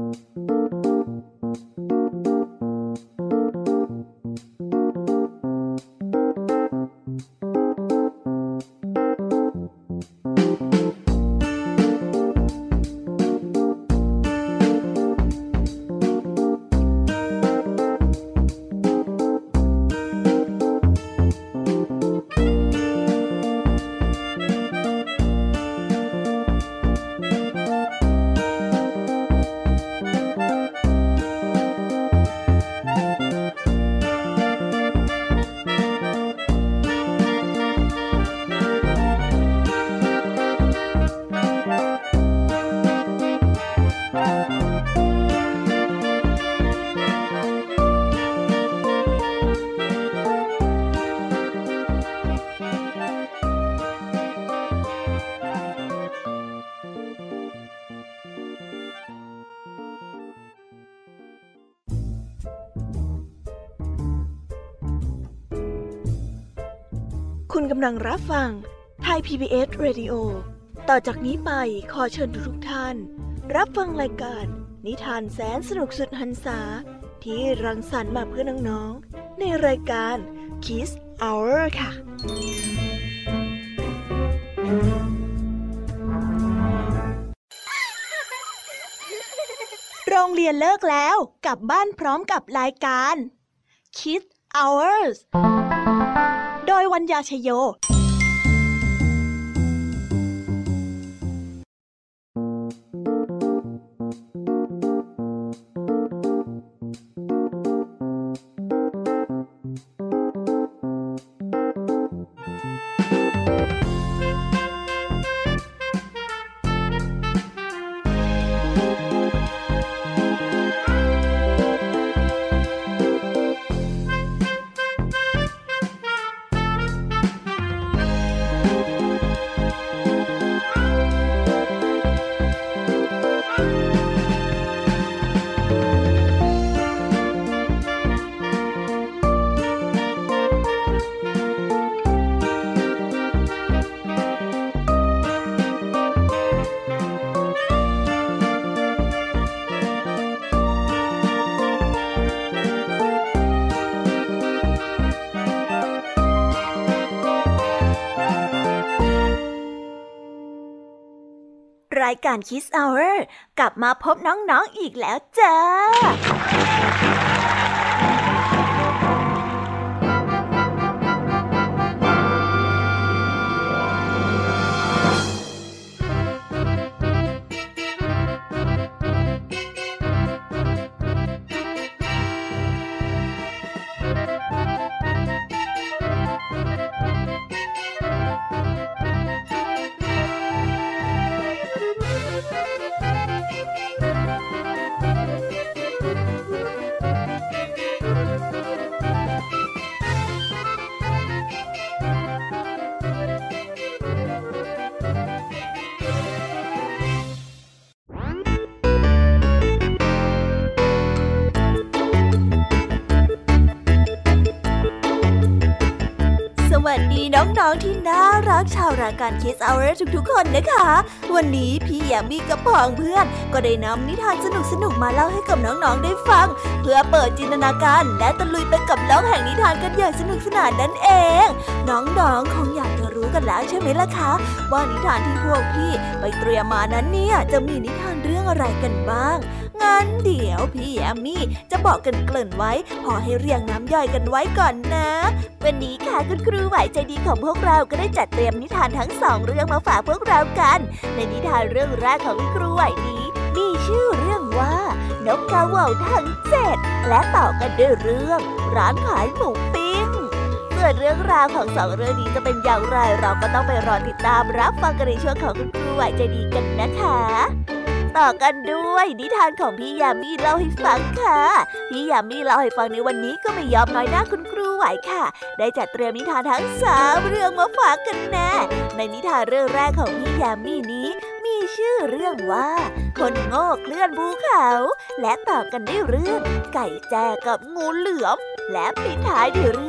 คุณกำลังรับฟังไทย PBS Radio ต่อจากนี้ไปขอเชิญทุกท่านรับฟังรายการนิทานแสนสนุกสุดหรรษาที่รังสรรค์มาเพื่อน้องๆในรายการ Kids Hour ค่ะโรงเรียนเลิกแล้วกลับบ้านพร้อมกับรายการ Kids Hours โดยวัญญาชโยรายการ Kids Hour กลับมาพบน้องๆอีกแล้วจ้าสวัสดีน้องๆที่น่ารักชาวรายการ Kids Hour ทุกๆคนนะคะวันนี้พี่แยมมี่กับพ้องเพื่อนก็ได้นำนิทานสนุกๆมาเล่าให้กับน้องๆได้ฟังเพื่อเปิดจินตนาการและตะลุยไปกับโลกแห่งนิทานกันอย่างสนุกสนานนั่นเองน้องๆคงอยากจะรู้กันแล้วใช่ไหมล่ะคะว่านิทานที่พวกพี่ไปเตรียมมานั้นเนี่ยจะมีนิทานเรื่องอะไรกันบ้างงั้นเดี๋ยวพี่แยมมี่จะบอกกันเกริ่นไว้พอให้เรียงน้ำย่อยกันไว้ก่อนนะวันนี้ค่ะคุณครูไหวใจดีของพวกเราก็ได้จัดเตรียมนิทานทั้ง2เรื่องมาฝากพวกเรากันในนิทานเรื่องแรกของคุณครูไหวนี้มีชื่อเรื่องว่านกกระเหว่าทั้ง7และต่อกันด้วยเรื่องร้านขายหมูปิ้งส่วนเรื่องราวของ2เรื่องนี้จะเป็นอย่างไรเราก็ต้องไปรอติดตามรับฟังกันในช่วงของคุณครูไหวใจดีกันนะคะต่อกันด้วยนิทานของพี่ยามีเล่าให้ฟังค่ะพี่ยามีเล่าให้ฟังในวันนี้ก็ไม่ยอมน้อยหน้าคุณครูไหวค่ะได้จัดเตรียมนิทานทั้ง3เรื่องมาฝากกันแน่ในนิทานเรื่องแรกของพี่ยามีนี้มีชื่อเรื่องว่าคนโง่เคลื่อนภูเขาและต่อกันด้วยเรื่องไก่แจ้กับงูเหลือมและปิดท้ายด้วยเรื่อง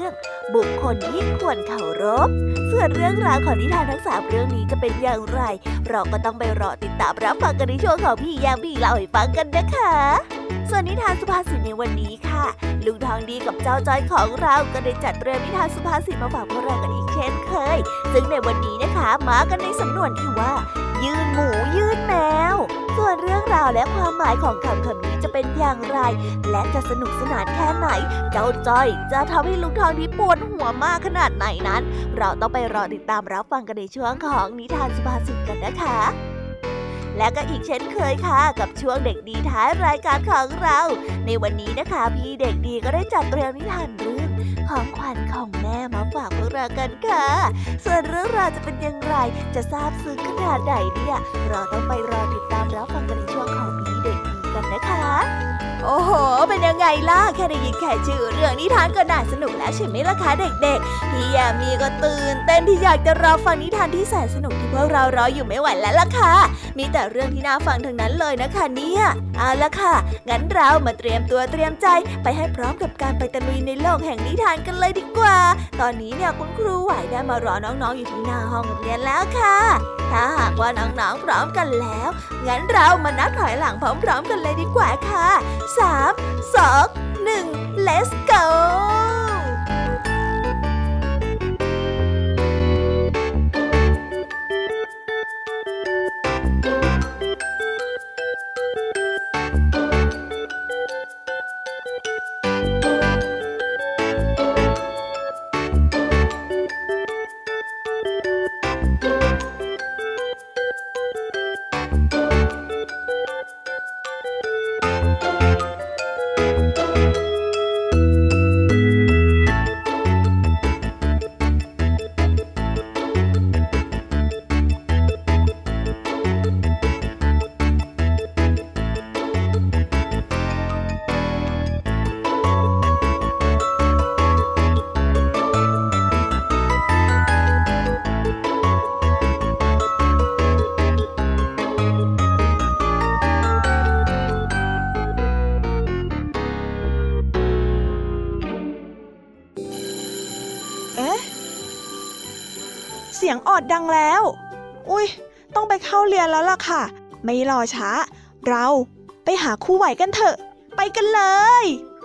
บุคคลที่ควรเคารพส่วนเรื่องราวของนิทานทั้ง3เรื่องนี้จะเป็นอย่างไรเราก็ต้องไปรอติดตามรับฟังกันในช่วงของพี่ยามพี่เล่าให้ฟังกันนะคะส่วนนิทานสุภาษิตในวันนี้ค่ะลุงทองดีกับเจ้าจ้อยของเราก็ได้จัดเตรียมนิทานสุภาษิตมาฝากพวกเรากันอีกเช่นเคยซึ่งในวันนี้นะคะมากันในสำนวนที่ว่ายื่นหมูยื่นแมวส่วนเรื่องราวและความหมายของคำนี้จะเป็นอย่างไรและจะสนุกสนานแค่ไหนเจ้าจ้อยจะทำให้ลุงทองดีปวดหัวมากขนาดไหนนั้นเราต้องไปรอติดตามรับฟังกันในช่วงของนิทานสุภาษิตกันนะคะและก็อีกเช่นเคยค่ะกับช่วงเด็กดีท้ายรายการของเราในวันนี้นะคะพี่เด็กดีก็ได้จัดเตรียมนิทานเรื่องของขวัญของแม่มาฝากพวกเรากันค่ะส่วนเรื่องราวจะเป็นอย่างไรจะซาบซึ้งขนาดไหนเนี่ยเราต้องไปรอติดตามรับฟังกันในช่วงของพี่เด็กดีกันนะคะโอ้โหเป็นยังไงล่ะแค่ได้ยินแค่ชื่อเรื่องนิทานก็น่าสนุกแล้วใช่ไหมล่ะคะเด็กๆพี่ยามีก็ตื่นเต้นที่อยากจะรอฟังนิทานที่แสนสนุกที่พวกเรารออยู่ไม่ไหวแล้วล่ะค่ะมีแต่เรื่องที่น่าฟังทั้งนั้นเลยนะคะเนี่ยเอาล่ะค่ะงั้นเรามาเตรียมตัวเตรียมใจไปให้พร้อมกับการไปตะลุยในโลกแห่งนิทานกันเลยดีกว่าตอนนี้เนี่ยคุณครูไหวได้มารอน้องๆอยู่ที่หน้าห้องเรียนแล้วค่ะถ้าหากว่าน้องๆพร้อมกันแล้วงั้นเรามานับถอยหลังพร้อมๆกันเลยดีกว่าค่ะ3 2 1 let's go เสียงออดดังแล้วอุ๊ยต้องไปเข้าเรียนแล้วล่ะค่ะไม่รอช้าเราไปหาครูไหวกันเถอะไปกันเลย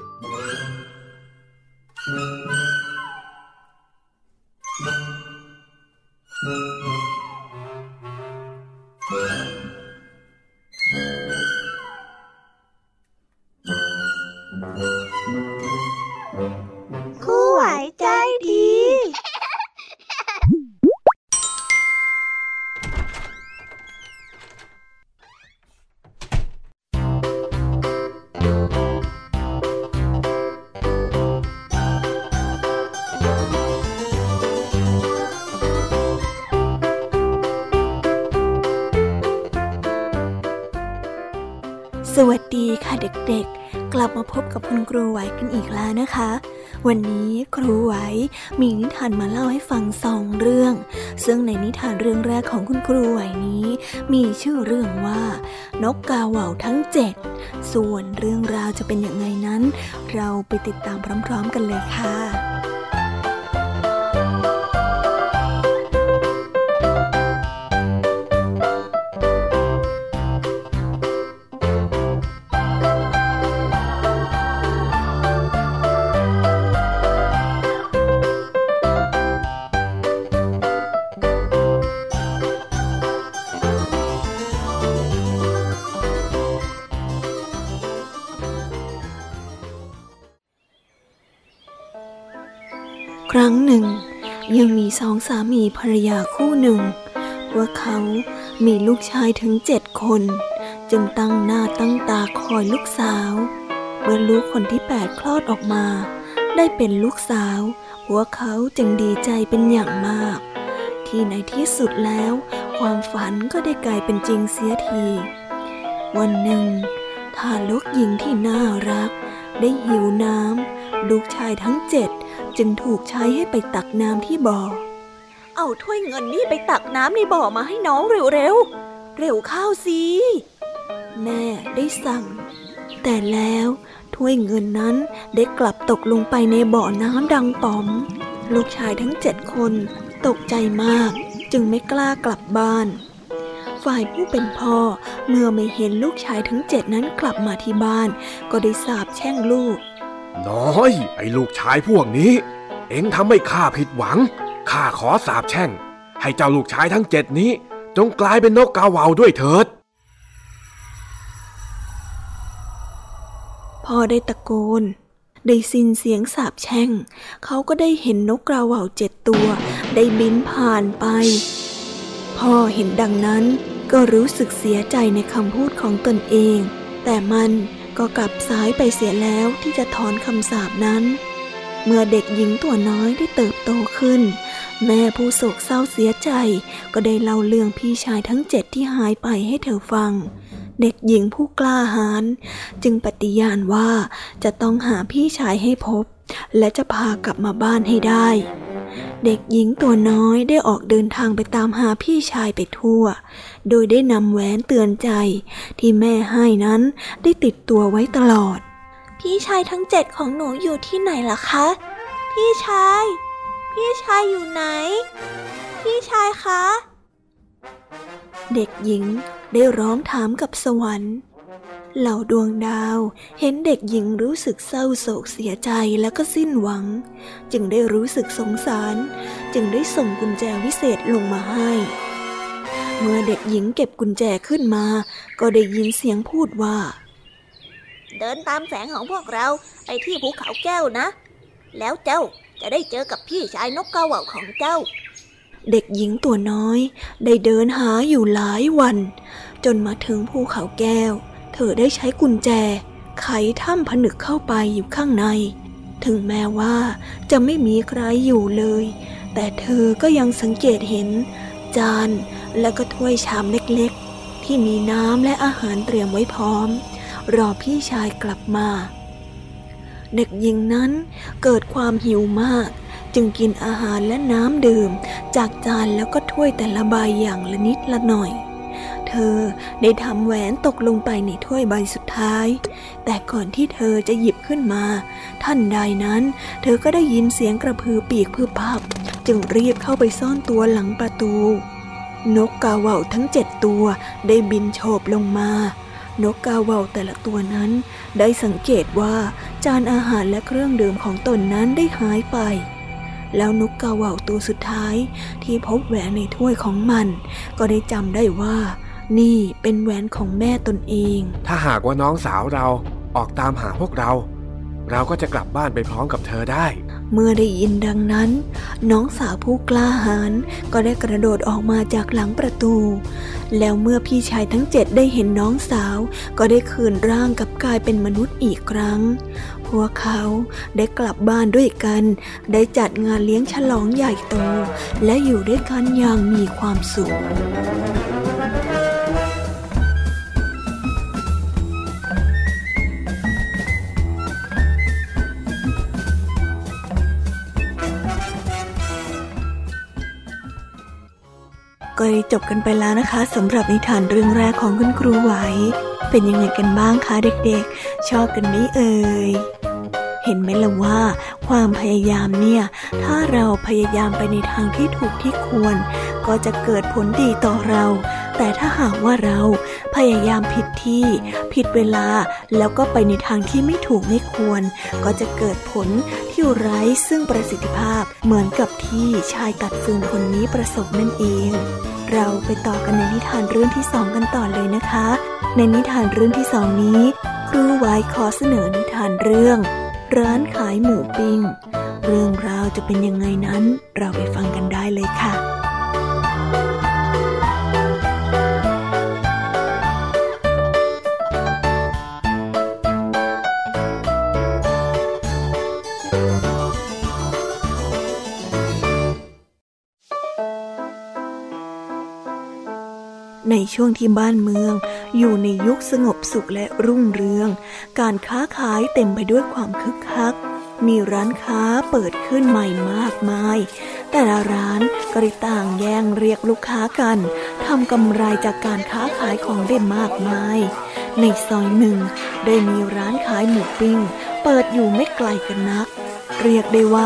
ครูไหวใจดีสวัสดีค่ะเด็กๆกลับมาพบกับคุณครูไหวกันอีกแล้วนะคะวันนี้ครูไหวมีนิทานมาเล่าให้ฟัง2เรื่องซึ่งในนิทานเรื่องแรกของคุณครูไหวนี้มีชื่อเรื่องว่านกกาเหว่าทั้ง7ส่วนเรื่องราวจะเป็นยังไงนั้นเราไปติดตามพร้อมๆกันเลยค่ะครั้งหนึ่งยังมี2 สามีภรรยาคู่หนึ่งพวกเขามีลูกชายถึง7 คนจึงตั้งหน้าตั้งตาคอยลูกสาวเมื่อลูกคนที่8คลอดออกมาได้เป็นลูกสาวพวกเขาจึงดีใจเป็นอย่างมากที่ในที่สุดแล้วความฝันก็ได้กลายเป็นจริงเสียทีวันหนึ่งทารกหญิงที่น่ารักได้หิวน้ำลูกชายทั้ง7จึงถูกใช้ให้ไปตักน้ำที่บ่อเอาถ้วยเงินนี่ไปตักน้ำในบ่อมาให้น้องเร็วๆเร็วเข้าสิแม่ได้สั่งแต่แล้วถ้วยเงินนั้นได้กลับตกลงไปในบ่อน้ำดังต่อมลูกชายทั้ง7 คนตกใจมากจึงไม่กล้ากลับบ้านฝ่ายผู้เป็นพ่อเมื่อไม่เห็นลูกชายทั้ง7นั้นกลับมาที่บ้านก็ได้สาปแช่งลูกน้อยไอ้ลูกชายพวกนี้เอ็งทำให้ข้าผิดหวังข้าขอสาปแช่งให้เจ้าลูกชายทั้ง7นี้จงกลายเป็นนกกาเหว่าด้วยเถิดพ่อได้ตะโกนได้สิ้นเสียงสาปแช่งเขาก็ได้เห็นนกกาเหว่า7 ตัวได้บินผ่านไปพ่อเห็นดังนั้นก็รู้สึกเสียใจในคำพูดของตนเองแต่มันก็กลับสายไปเสียแล้วที่จะถอนคำสาปนั้นเมื่อเด็กหญิงตัวน้อยได้เติบโตขึ้นแม่ผู้โศกเศร้าเสียใจก็ได้เล่าเรื่องพี่ชายทั้ง7ที่หายไปให้เธอฟังเด็กหญิงผู้กล้าหาญจึงปฏิญาณว่าจะต้องหาพี่ชายให้พบและจะพากลับมาบ้านให้ได้เด็กหญิงตัวน้อยได้ออกเดินทางไปตามหาพี่ชายไปทั่วโดยได้นำแหวนเตือนใจที่แม่ให้นั้นได้ติดตัวไว้ตลอดพี่ชายทั้ง7ของหนูอยู่ที่ไหนล่ะคะพี่ชายอยู่ไหนพี่ชายคะเด็กหญิงได้ร้องถามกับสวรรค์เหล่าดวงดาวเห็นเด็กหญิงรู้สึกเศร้าโศกเสียใจแล้วก็สิ้นหวังจึงได้รู้สึกสงสารจึงได้ส่งกุญแจวิเศษลงมาให้เมื่อเด็กหญิงเก็บกุญแจขึ้นมาก็ได้ยินเสียงพูดว่าเดินตามแสงของพวกเราไปที่ภูเขาแก้วนะแล้วเจ้าจะได้เจอกับพี่ชายนกกาเหว่าของเจ้าเด็กหญิงตัวน้อยได้เดินหาอยู่หลายวันจนมาถึงภูเขาแก้วเธอได้ใช้กุญแจไขถ้ำผนึกเข้าไปอยู่ข้างในถึงแม้ว่าจะไม่มีใครอยู่เลยแต่เธอก็ยังสังเกตเห็นจานและก็ถ้วยชามเล็กๆที่มีน้ำและอาหารเตรียมไว้พร้อมรอพี่ชายกลับมาเด็กหญิงนั้นเกิดความหิวมากจึงกินอาหารและน้ำดื่มจากจานแล้วก็ถ้วยแต่ละใบอย่างละนิดละหน่อยเธอได้ทำแหวนตกลงไปในถ้วยใบสุดท้ายแต่ก่อนที่เธอจะหยิบขึ้นมาทันใดนั้นเธอก็ได้ยินเสียงกระพือปีกพืบพับจึงรีบเข้าไปซ่อนตัวหลังประตูนกกาเหว่าทั้ง7 ตัวได้บินโฉบลงมานกกาเหว่าแต่ละตัวนั้นได้สังเกตว่าจานอาหารและเครื่องดื่มของตนนั้นได้หายไปแล้วนกกาเหว่าตัวสุดท้ายที่พบแหวนในถ้วยของมันก็ได้จำได้ว่านี่เป็นแหวนของแม่ตนเองถ้าหากว่าน้องสาวเราออกตามหาพวกเราก็จะกลับบ้านไปพร้อมกับเธอได้เมื่อได้ยินดังนั้นน้องสาวผู้กล้าหาญก็ได้กระโดดออกมาจากหลังประตูแล้วเมื่อพี่ชายทั้ง7ได้เห็นน้องสาวก็ได้คืนร่างกลับกลายเป็นมนุษย์อีกครั้งพวกเขาได้กลับบ้านด้วยกันได้จัดงานเลี้ยงฉลองใหญ่โตและอยู่ด้วยกันอย่างมีความสุขก็ได้จบกันไปแล้วนะคะสำหรับนิทานเรื่องแรกของคุณครูไหวเป็นยังไงกันบ้างคะเด็กๆชอบกันไหมเอ่ยเห็นไหมล่ะว่าความพยายามเนี่ยถ้าเราพยายามไปในทางที่ถูกที่ควรก็จะเกิดผลดีต่อเราแต่ถ้าหากว่าเราพยายามผิดที่ผิดเวลาแล้วก็ไปในทางที่ไม่ถูกไม่ควรก็จะเกิดผลที่ไร้ซึ่งประสิทธิภาพเหมือนกับที่ชายตัดฟืนคนนี้ประสบนั่นเองเราไปต่อกันในนิทานเรื่องที่2กันต่อเลยนะคะในนิทานเรื่องที่2นี้ครูไหวขอเสนอนิทานเรื่องร้านขายหมูปิ้งเรื่องราวจะเป็นยังไงนั้นเราไปฟังกันได้เลยค่ะ ในช่วงที่บ้านเมืองอยู่ในยุคสงบสุขและรุ่งเรืองการค้าขายเต็มไปด้วยความคึกคักมีร้านค้าเปิดขึ้นใหม่มากมายแต่ละร้านก็ได้ต่างแย่งเรียกลูกค้ากันทำกำไรจากการค้าขายของได้มากมายในซอยหนึ่งได้มีร้านขายหมูปิ้งเปิดอยู่ไม่ไกลกันนักเรียกได้ว่า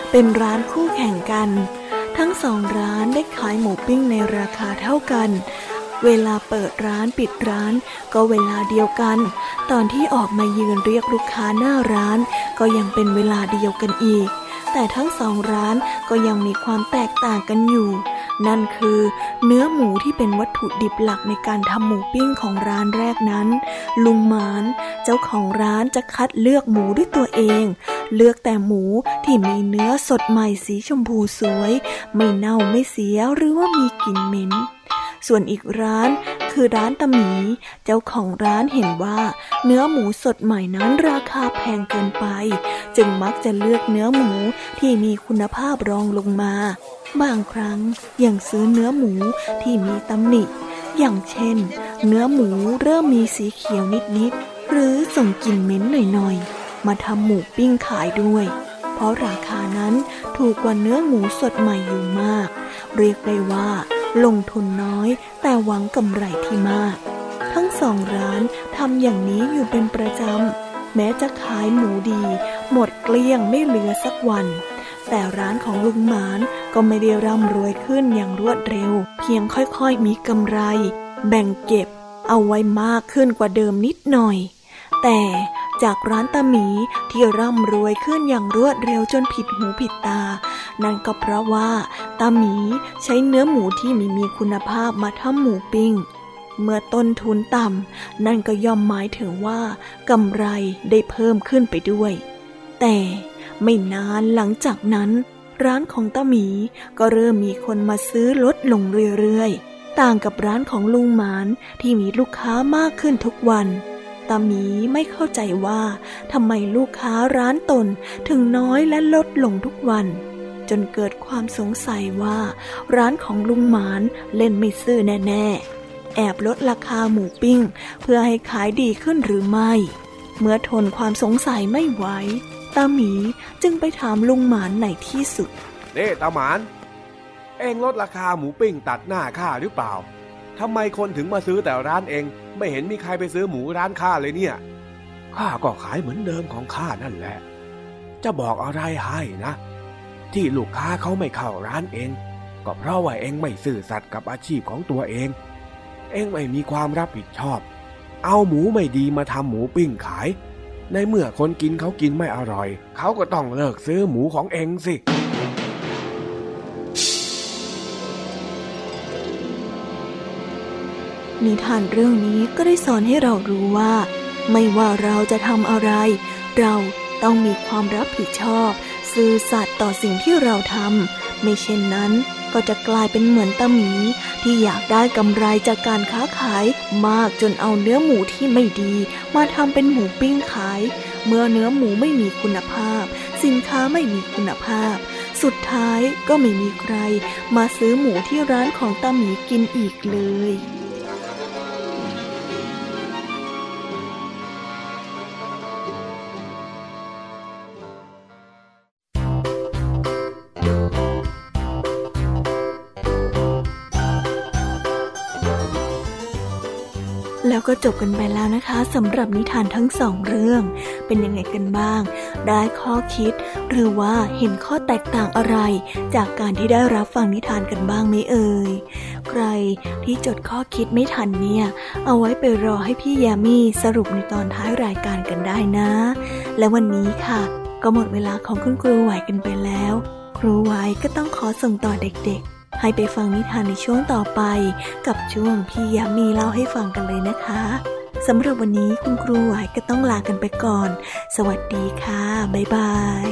เป็นร้านคู่แข่งกันทั้งสองร้านได้ขายหมูปิ้งในราคาเท่ากันเวลาเปิดร้านปิดร้านก็เวลาเดียวกันตอนที่ออกมายืนเรียกลูกค้าหน้าร้านก็ยังเป็นเวลาเดียวกันอีกแต่ทั้งสองร้านก็ยังมีความแตกต่างกันอยู่นั่นคือเนื้อหมูที่เป็นวัตถุดิบหลักในการทำหมูปิ้งของร้านแรกนั้นลุงหมานเจ้าของร้านจะคัดเลือกหมูด้วยตัวเองเลือกแต่หมูที่มีเนื้อสดใหม่สีชมพูสวยไม่เน่าไม่เสียหรือว่ามีกลิ่นเหม็นส่วนอีกร้านคือร้านตาหมีเจ้าของร้านเห็นว่าเนื้อหมูสดใหม่นั้นราคาแพงเกินไปจึงมักจะเลือกเนื้อหมูที่มีคุณภาพรองลงมาบางครั้งยังซื้อเนื้อหมูที่มีตำหนิอย่างเช่นเนื้อหมูเริ่มมีสีเขียวนิดๆหรือส่งกลิ่นเหม็นหน่อยๆมาทำหมูปิ้งขายด้วยเพราะราคานั้นถูกกว่าเนื้อหมูสดใหม่อยู่มากเรียกได้ว่าลงทุนน้อยแต่หวังกำไรที่มากทั้งสองร้านทำอย่างนี้อยู่เป็นประจำแม้จะขายหมูดีหมดเกลี้ยงไม่เหลือสักวันแต่ร้านของลุงหมานก็ไม่ได้ร่ำรวยขึ้นอย่างรวดเร็วเพียงค่อยๆมีกำไรแบ่งเก็บเอาไว้มากขึ้นกว่าเดิมนิดหน่อยแต่จากร้านตาหมีที่ร่ำรวยขึ้นอย่างรวดเร็วจนผิดหูผิดตานั่นก็เพราะว่าตาหมีใช้เนื้อหมูที่มีคุณภาพมาทำหมูปิ้งเมื่อต้นทุนต่ำนั่นก็ย่อมหมายถึงว่ากำไรได้เพิ่มขึ้นไปด้วยแต่ไม่นานหลังจากนั้นร้านของตาหมีก็เริ่มมีคนมาซื้อลดลงเรื่อยๆต่างกับร้านของลุงหมานที่มีลูกค้ามากขึ้นทุกวันตาหมีไม่เข้าใจว่าทำไมลูกค้าร้านตนถึงน้อยและลดลงทุกวันจนเกิดความสงสัยว่าร้านของลุงหมานเล่นไม่ซื่อแน่ๆแอบลดราคาหมูปิ้งเพื่อให้ขายดีขึ้นหรือไม่เมื่อทนความสงสัยไม่ไหวตาหมีจึงไปถามลุงหมานในที่สุดตาหมานเองลดราคาหมูปิ้งตัดหน้าข้าหรือเปล่าทำไมคนถึงมาซื้อแต่ร้านเองไม่เห็นมีใครไปซื้อหมูร้านข้าเลยเนี่ยข้าก็ขายเหมือนเดิมของข้านั่นแหละจะบอกอะไรให้นะที่ลูกค้าเขาไม่เข้าร้านเองก็เพราะว่าเองไม่ซื่อสัตย์กับอาชีพของตัวเองไม่มีความรับผิดชอบเอาหมูไม่ดีมาทำหมูปิ้งขายในเมื่อคนกินเขากินไม่อร่อยเขาก็ต้องเลิกซื้อหมูของเองสินิทานเรื่องนี้ก็ได้สอนให้เรารู้ว่าไม่ว่าเราจะทำอะไรเราต้องมีความรับผิดชอบซื่อสัตย์ต่อสิ่งที่เราทำไม่เช่นนั้นก็จะกลายเป็นเหมือนตาหมีที่อยากได้กำไรจากการค้าขายมากจนเอาเนื้อหมูที่ไม่ดีมาทำเป็นหมูปิ้งขายเมื่อเนื้อหมูไม่มีคุณภาพสินค้าไม่มีคุณภาพสุดท้ายก็ไม่มีใครมาซื้อหมูที่ร้านของตาหมีกินอีกเลยแล้วก็จบกันไปแล้วนะคะสำหรับนิทานทั้งสองเรื่องเป็นยังไงกันบ้างได้ข้อคิดหรือว่าเห็นข้อแตกต่างอะไรจากการที่ได้รับฟังนิทานกันบ้างไหมเอ่ยใครที่จดข้อคิดไม่ทันเนี่ยเอาไว้ไปรอให้พี่ยามีสรุปในตอนท้ายรายการกันได้นะและวันนี้ค่ะก็หมดเวลาของคุณครูไหวกันไปแล้วครูไหวก็ต้องขอส่งต่อเด็กๆให้ไปฟังนิทานในช่วงต่อไปกับช่วงพี่ยามีเล่าให้ฟังกันเลยนะคะสำหรับวันนี้คุณครูไหวก็ต้องลากันไปก่อนสวัสดีค่ะบ๊ายบาย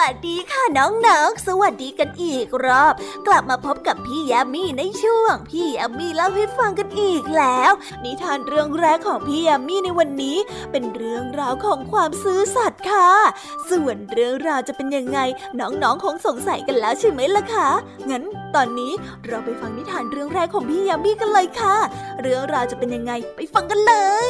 วัสดีค่ะน้องๆสวัสดีกันอีกรอบกลับมาพบกับพี่ยามีในช่วงพี่ยามีเล่าให้ฟังกันอีกแล้วนิทานเรื่องแรกของพี่ยามีในวันนี้เป็นเรื่องราวของความซื่อสัตย์ค่ะส่วนเรื่องราวจะเป็นยังไงน้องๆคงสงสัยกันแล้วใช่ไหมล่ะคะงั้นตอนนี้เราไปฟังนิทานเรื่องแรกของพี่ยามีกันเลยค่ะเรื่องราวจะเป็นยังไงไปฟังกันเลย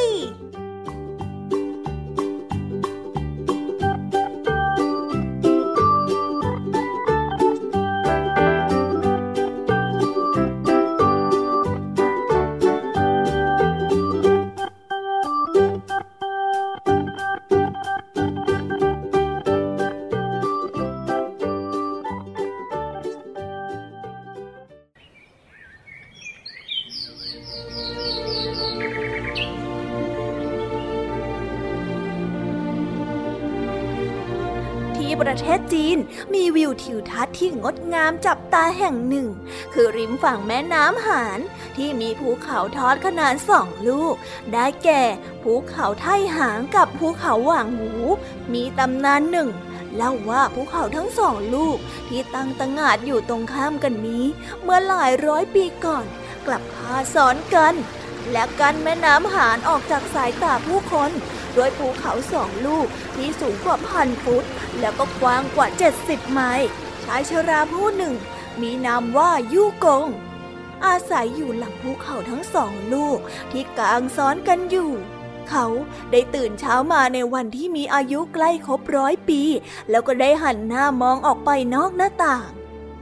ประเทศจีนมีวิวทิวทัศน์ที่งดงามจับตาแห่งหนึ่งคือริมฝั่งแม่น้ำหานที่มีภูเขาทอดขนาน2 ลูกได้แก่ภูเขาไท่หางกับภูเขาหว่างหูมีตำนานหนึ่งเล่าว่าภูเขาทั้ง2 ลูกที่ตั้งตระหง่านอยู่ตรงข้ามกันนี้เมื่อหลายร้อยปีก่อนกลับพาซ้อนกันและกั้นแม่น้ำหานออกจากสายตาผู้คนด้วยภูเขา2 ลูกที่สูงกว่า1,000 ฟุตแล้วก็กว้างกว่า70 ไมล์ชายชราผู้หนึ่งมีนามว่ายู่กงอาศัยอยู่หลังภูเขาทั้ง2 ลูกที่กางซ้อนกันอยู่เขาได้ตื่นเช้ามาในวันที่มีอายุใกล้ครบ100 ปีแล้วก็ได้หันหน้ามองออกไปนอกหน้าต่าง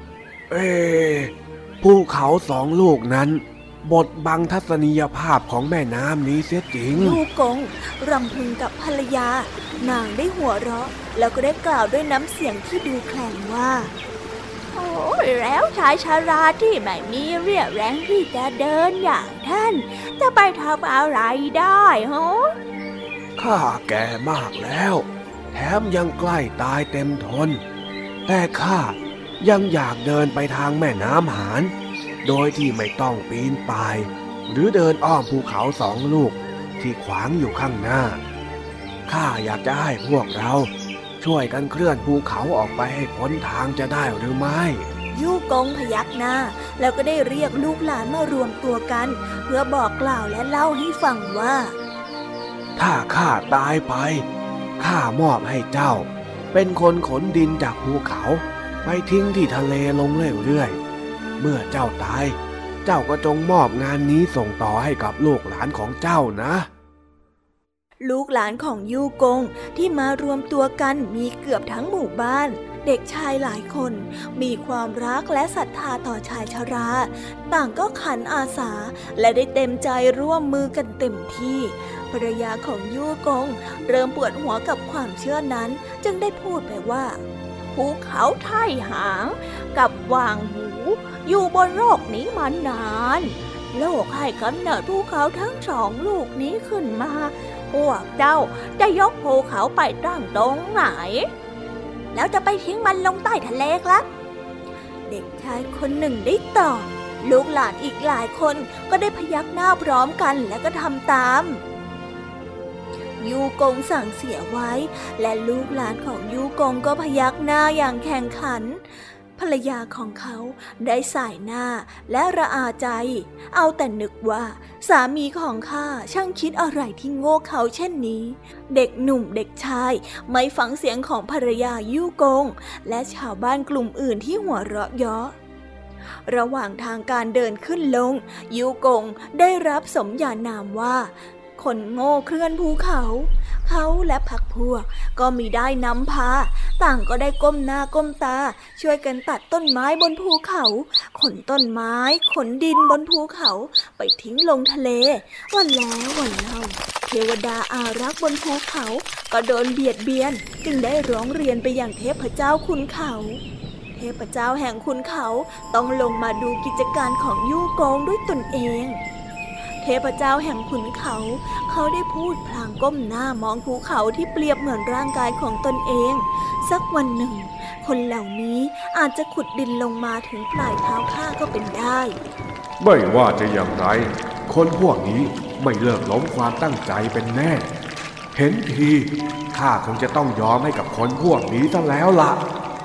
ภูเขา2 ลูกนั้นบดบังทัศนียภาพของแม่น้ำนี้เสียจริงยู่กงรำพึงกับภรรยานางได้หัวเราะแล้วก็ได้กล่าวด้วยน้ำเสียงที่ดูแข็งว่าโอ้ยแล้วชายชราที่ไม่มีเรี่ยวแรงที่จะเดินอย่างท่านจะไปทำอะไรได้ฮะข้าแก่มากแล้วแถมยังใกล้ตายเต็มทนแต่ข้ายังอยากเดินไปทางแม่น้ำหานโดยที่ไม่ต้องปีนป่ายหรือเดินอ้อมภูเขา2 ลูกที่ขวางอยู่ข้างหน้าข้าอยากจะให้พวกเราช่วยกันเคลื่อนภูเขาออกไปให้พ้นทางจะได้หรือไม่ยู่กงพยักหน้าแล้วก็ได้เรียกลูกหลานมารวมตัวกันเพื่อบอกกล่าวและเล่าให้ฟังว่าถ้าข้าตายไปข้ามอบให้เจ้าเป็นคนขนดินจากภูเขาไปทิ้งที่ทะเลลงเรื่อยๆเมื่อเจ้าตายเจ้าก็จงมอบงานนี้ส่งต่อให้กับลูกหลานของเจ้านะลูกหลานของยู่กงที่มารวมตัวกันมีเกือบทั้งหมู่บ้านเด็กชายหลายคนมีความรักและศรัทธาต่อชายชราต่างก็ขันอาสาและได้เต็มใจร่วมมือกันเต็มที่ภรรยาของยู่กงเริ่มปวดหัวกับความเชื่อนั้นจึงได้พูดไปว่าภูเขาไท่หางกับหว่างหูอยู่บนโลกนี้มานานโลกให้กำเนิดภูเขาทั้ง2 ลูกนี้ขึ้นมาพวกเจ้าจะยกภูเขาไปตั้งตรงไหนแล้วจะไปทิ้งมันลงใต้ทะเลครับเด็กชายคนหนึ่งได้ตอบลูกหลานอีกหลายคนก็ได้พยักหน้าพร้อมกันและก็ทำตามยู่กงสั่งเสียไว้และลูกหลานของยู่กงก็พยักหน้าอย่างแข่งขันภรรยาของเขาได้สายหน้าและระอาใจเอาแต่นึกว่าสามีของข้าช่างคิดอะไรที่โง่เขลาเช่นนี้เด็กหนุ่มเด็กชายไม่ฟังเสียงของภรรยายู่กงและชาวบ้านกลุ่มอื่นที่หัวเราะเยาะระหว่างทางการเดินขึ้นลงยู่กงได้รับสมญานามว่าคนโง่เคลื่อนภูเขาเขาและพรรคพวกก็มิได้นำพาต่างก็ได้ก้มหน้าก้มตาช่วยกันตัดต้นไม้บนภูเขาขนต้นไม้ขนดินบนภูเขาไปทิ้งลงทะเลวันแล้ววันเล่าเทวดาอารักษ์บนภูเขาก็โดนเบียดเบียนจึงได้ร้องเรียนไปยังเทพเจ้าขุนเขาเทพเจ้าแห่งขุนเขาต้องลงมาดูกิจการของยู่กงด้วยตนเองเทพเจ้าแห่งขุนเขาได้พูดพลางก้มหน้ามองภูเขาที่เปรียบเหมือนร่างกายของตนเองสักวันหนึ่งคนเหล่านี้อาจจะขุดดินลงมาถึงปลายเท้าข้าก็เป็นได้ไม่ว่าจะอย่างไรคนพวกนี้ไม่เลิกล้มความตั้งใจเป็นแน่เห็นทีข้าคงจะต้องยอมให้กับคนพวกนี้ซะแล้วล่ะ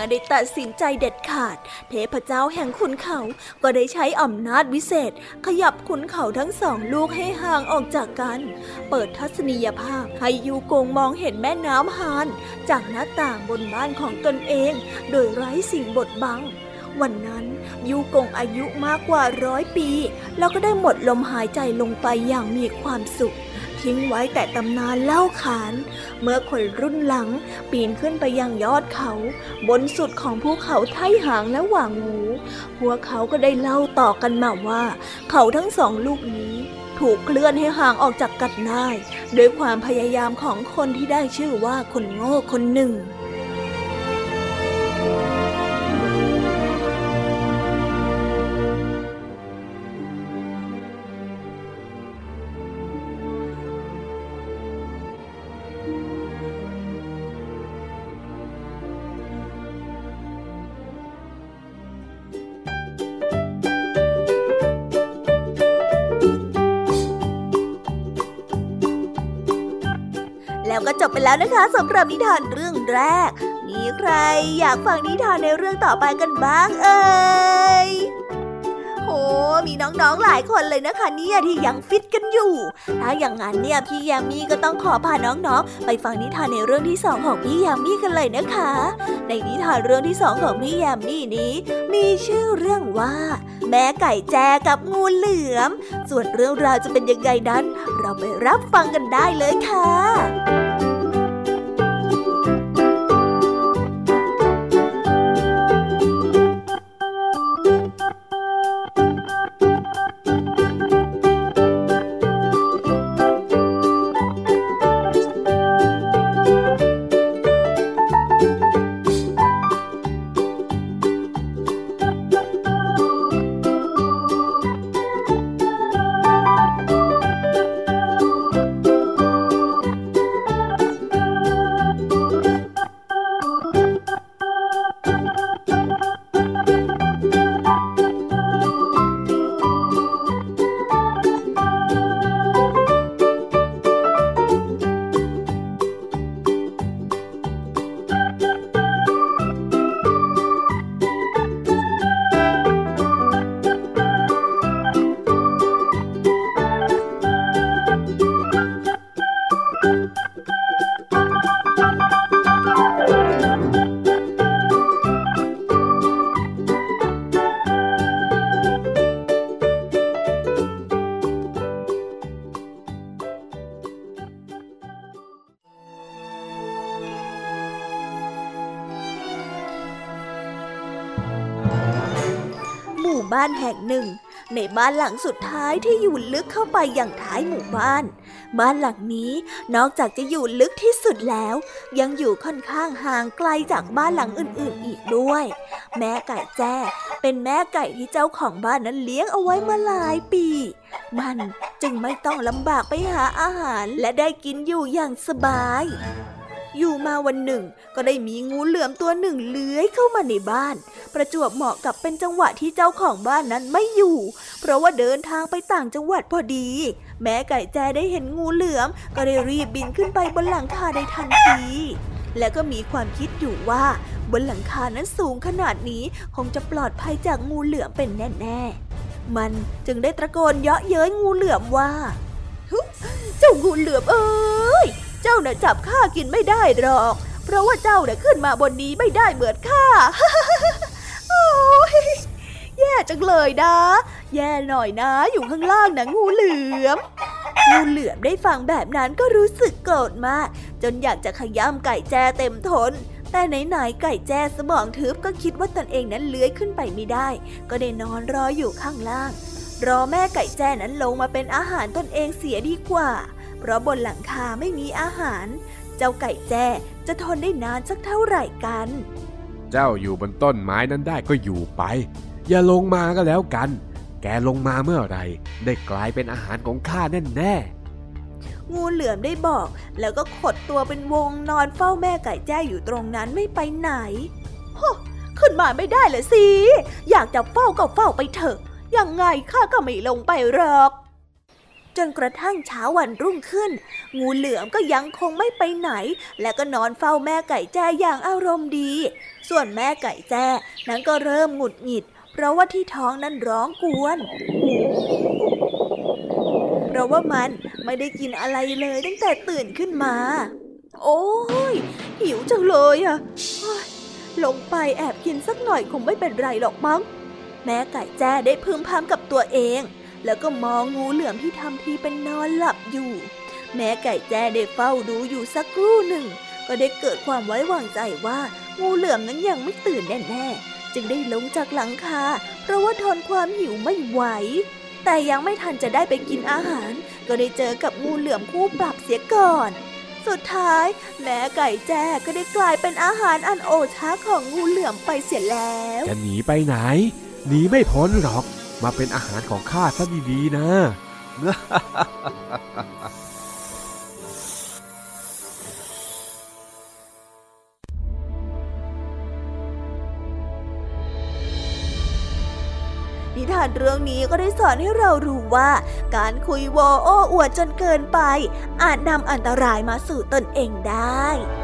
ได้ตัดสินใจเด็ดขาดเทพเจ้าแห่งขุนเขาก็ได้ใช้อำนาจวิเศษขยับขุนเขาทั้งสองลูกให้ห่างออกจากกันเปิดทัศนียภาพให้ยูกงมองเห็นแม่น้ำฮานจากหน้าต่างบนบ้านของตนเองโดยไร้สิ่งบดบังวันนั้นยูกงอายุมากกว่า100 ปีแล้วก็ได้หมดลมหายใจลงไปอย่างมีความสุขทิ้งไว้แต่ตำนานเล่าขานเมื่อคนรุ่นหลังปีนขึ้นไปยังยอดเขาบนสุดของภูเขาไท่หางและหว่างหูพวกเขาก็ได้เล่าต่อกันมาว่าเขาทั้งสองลูกนี้ถูกเคลื่อนให้ห่างออกจากกันได้ด้วยความพยายามของคนที่ได้ชื่อว่าคนโง่คนหนึ่งแล้วก็จบไปแล้วนะคะสำหรับนิทานเรื่องแรกมีใครอยากฟังนิทานในเรื่องต่อไปกันบ้างเอ่ยโหมีน้องๆหลายคนเลยนะคะเนี่ยที่ยังฟิตกันอยู่ถ้าอย่างนั้นเนี่ยพี่ยามีก็ต้องขอพาน้องๆไปฟังนิทานในเรื่องที่2ของพี่ยามีกันเลยนะคะในนิทานเรื่องที่2ของพี่ยามีนี้มีชื่อเรื่องว่าแม่ไก่แจ้กับงูเหลือมส่วนเรื่องราวจะเป็นยังไงนั้นเราไปรับฟังกันได้เลยค่ะบ้านแห่งหนึ่งในบ้านหลังสุดท้ายที่อยู่ลึกเข้าไปอย่างท้ายหมู่บ้านบ้านหลังนี้นอกจากจะอยู่ลึกที่สุดแล้วยังอยู่ค่อนข้างห่างไกลจากบ้านหลังอื่นๆอีกด้วยแม่ไก่แจ้เป็นแม่ไก่ที่เจ้าของบ้านนั้นเลี้ยงเอาไว้มาหลายปีมันจึงไม่ต้องลำบากไปหาอาหารและได้กินอยู่อย่างสบายอยู่มาวันหนึ่งก็ได้มีงูเหลือมตัวหนึ่งเลื้อยเข้ามาในบ้านประจวบเหมาะกับเป็นจังหวะที่เจ้าของบ้านนั้นไม่อยู่เพราะว่าเดินทางไปต่างจังหวัดพอดีแม่ไก่แจ้ได้เห็นงูเหลือมก็ได้รีบบินขึ้นไปบนหลังคาในทันทีและก็มีความคิดอยู่ว่าบนหลังคานั้นสูงขนาดนี้คงจะปลอดภัยจากงูเหลือมเป็นแน่ๆมันจึงได้ตะโกนเยาะเย้ยงูเหลือมว่าเจ้างูเหลือมเอ้ยเจ้าน่ะจับข้ากินไม่ได้หรอกเพราะว่าเจ้าน่ะขึ้นมาบนนี้ไม่ได้เหมือนข้า โอ้ยแย่จังเลยนะแย่หน่อยนะอยู่ข้างล่างนะงูเหลือมได้ฟังแบบนั้นก็รู้สึกโกรธมากจนอยากจะขย้ำไก่แจ้เต็มทนแต่ไหนๆไก่แจ้สมองทึบก็คิดว่าตนเองนั้นเลื้อยขึ้นไปไม่ได้ก็ได้นอนรออยู่ข้างล่างรอแม่ไก่แจ้นั้นลงมาเป็นอาหารตนเองเสียดีกว่าเพราะบนหลังคาไม่มีอาหารเจ้าไก่แจ้จะทนได้นานสักเท่าไหร่กันเจ้าอยู่บนต้นไม้นั้นได้ก็อยู่ไปอย่าลงมาก็แล้วกันแกลงมาเมื่อไหร่ได้กลายเป็นอาหารของข้าแน่ๆงูเหลือมได้บอกแล้วก็ขดตัวเป็นวงนอนเฝ้าแม่ไก่แจ้อยู่ตรงนั้นไม่ไปไหนขึ้นมาไม่ได้เลยสิอยากจะเฝ้าก็เฝ้าไปเถอะยังไงข้าก็ไม่ลงไปหรอกจนกระทั่งเช้าวันรุ่งขึ้นงูเหลือมก็ยังคงไม่ไปไหนและก็นอนเฝ้าแม่ไก่แจ้อย่างอารมณ์ดีส่วนแม่ไก่แจ้นั้นก็เริ่มหงุดหงิดเพราะว่าที่ท้องนั้นร้องกวนเพราะว่ามันไม่ได้กินอะไรเลยตั้งแต่ตื่นขึ้นมาโอ้ยหิวจังเลยอ่ะลงไปแอบกินสักหน่อยคงไม่เป็นไรหรอกมั้งแม่ไก่แจ้ได้พึมพำกับตัวเองแล้วก็มองงูเหลือมที่ทำทีเป็นนอนหลับอยู่แม่ไก่แจ้ได้เฝ้าดูอยู่สักครู่หนึ่งก็ได้เกิดความไว้วางใจว่างูเหลือมนั้นยังไม่ตื่นแน่ๆจึงได้ลงจากหลังคาเพราะว่าทนความหิวไม่ไหวแต่ยังไม่ทันจะได้ไปกินอาหารก็ได้เจอกับงูเหลือมคู่ปรับเสียก่อนสุดท้ายแม่ไก่แจ้ก็ได้กลายเป็นอาหารอันโอชะของงูเหลือมไปเสียแล้วจะหนีไปไหนหนีไม่พ้นหรอกมาเป็นอาหารของข้าซะดีๆนะนิทานเรื่องนี้ก็ได้สอนให้เรารู้ว่าการคุยโวโอ้อวดจนเกินไปอาจนำอันตรายมาสู่ตนเองได้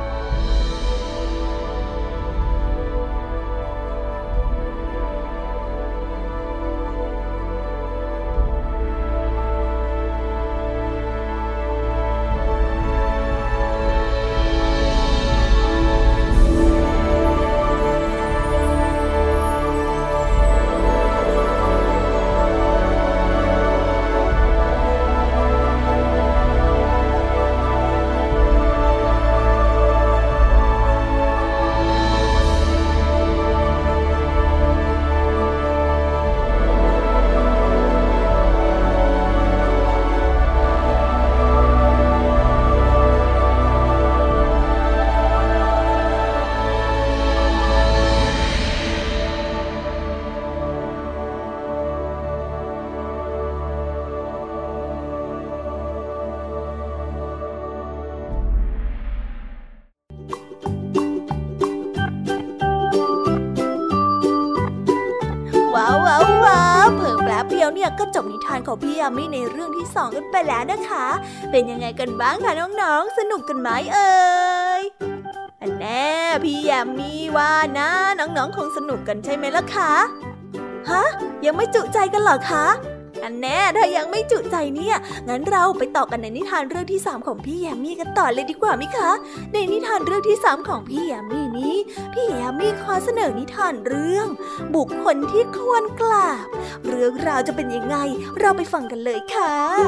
ก็จบนิทานของพี่ยามีในเรื่องที่2กันไปแล้วนะคะเป็นยังไงกันบ้างคะน้องๆสนุกกันไหมเอ่ยอันแน่พี่ยามีว่านะน้องๆคงสนุกกันใช่ไหมล่ะคะฮะยังไม่จุใจกันเหรอคะอันแน่ถ้ายังไม่จุใจเนี่ยงั้นเราไปต่อกันในนิทานเรื่องที่3ของพี่ยามีกันต่อเลยดีกว่ามั้ยคะในนิทานเรื่องที่3ของพี่ยามีนี้พี่ยามีขอเสนอนิทานเรื่องบุคคลที่ควรกราบเรื่องราวจะเป็นยังไงเราไปฟังกันเลยค่ะ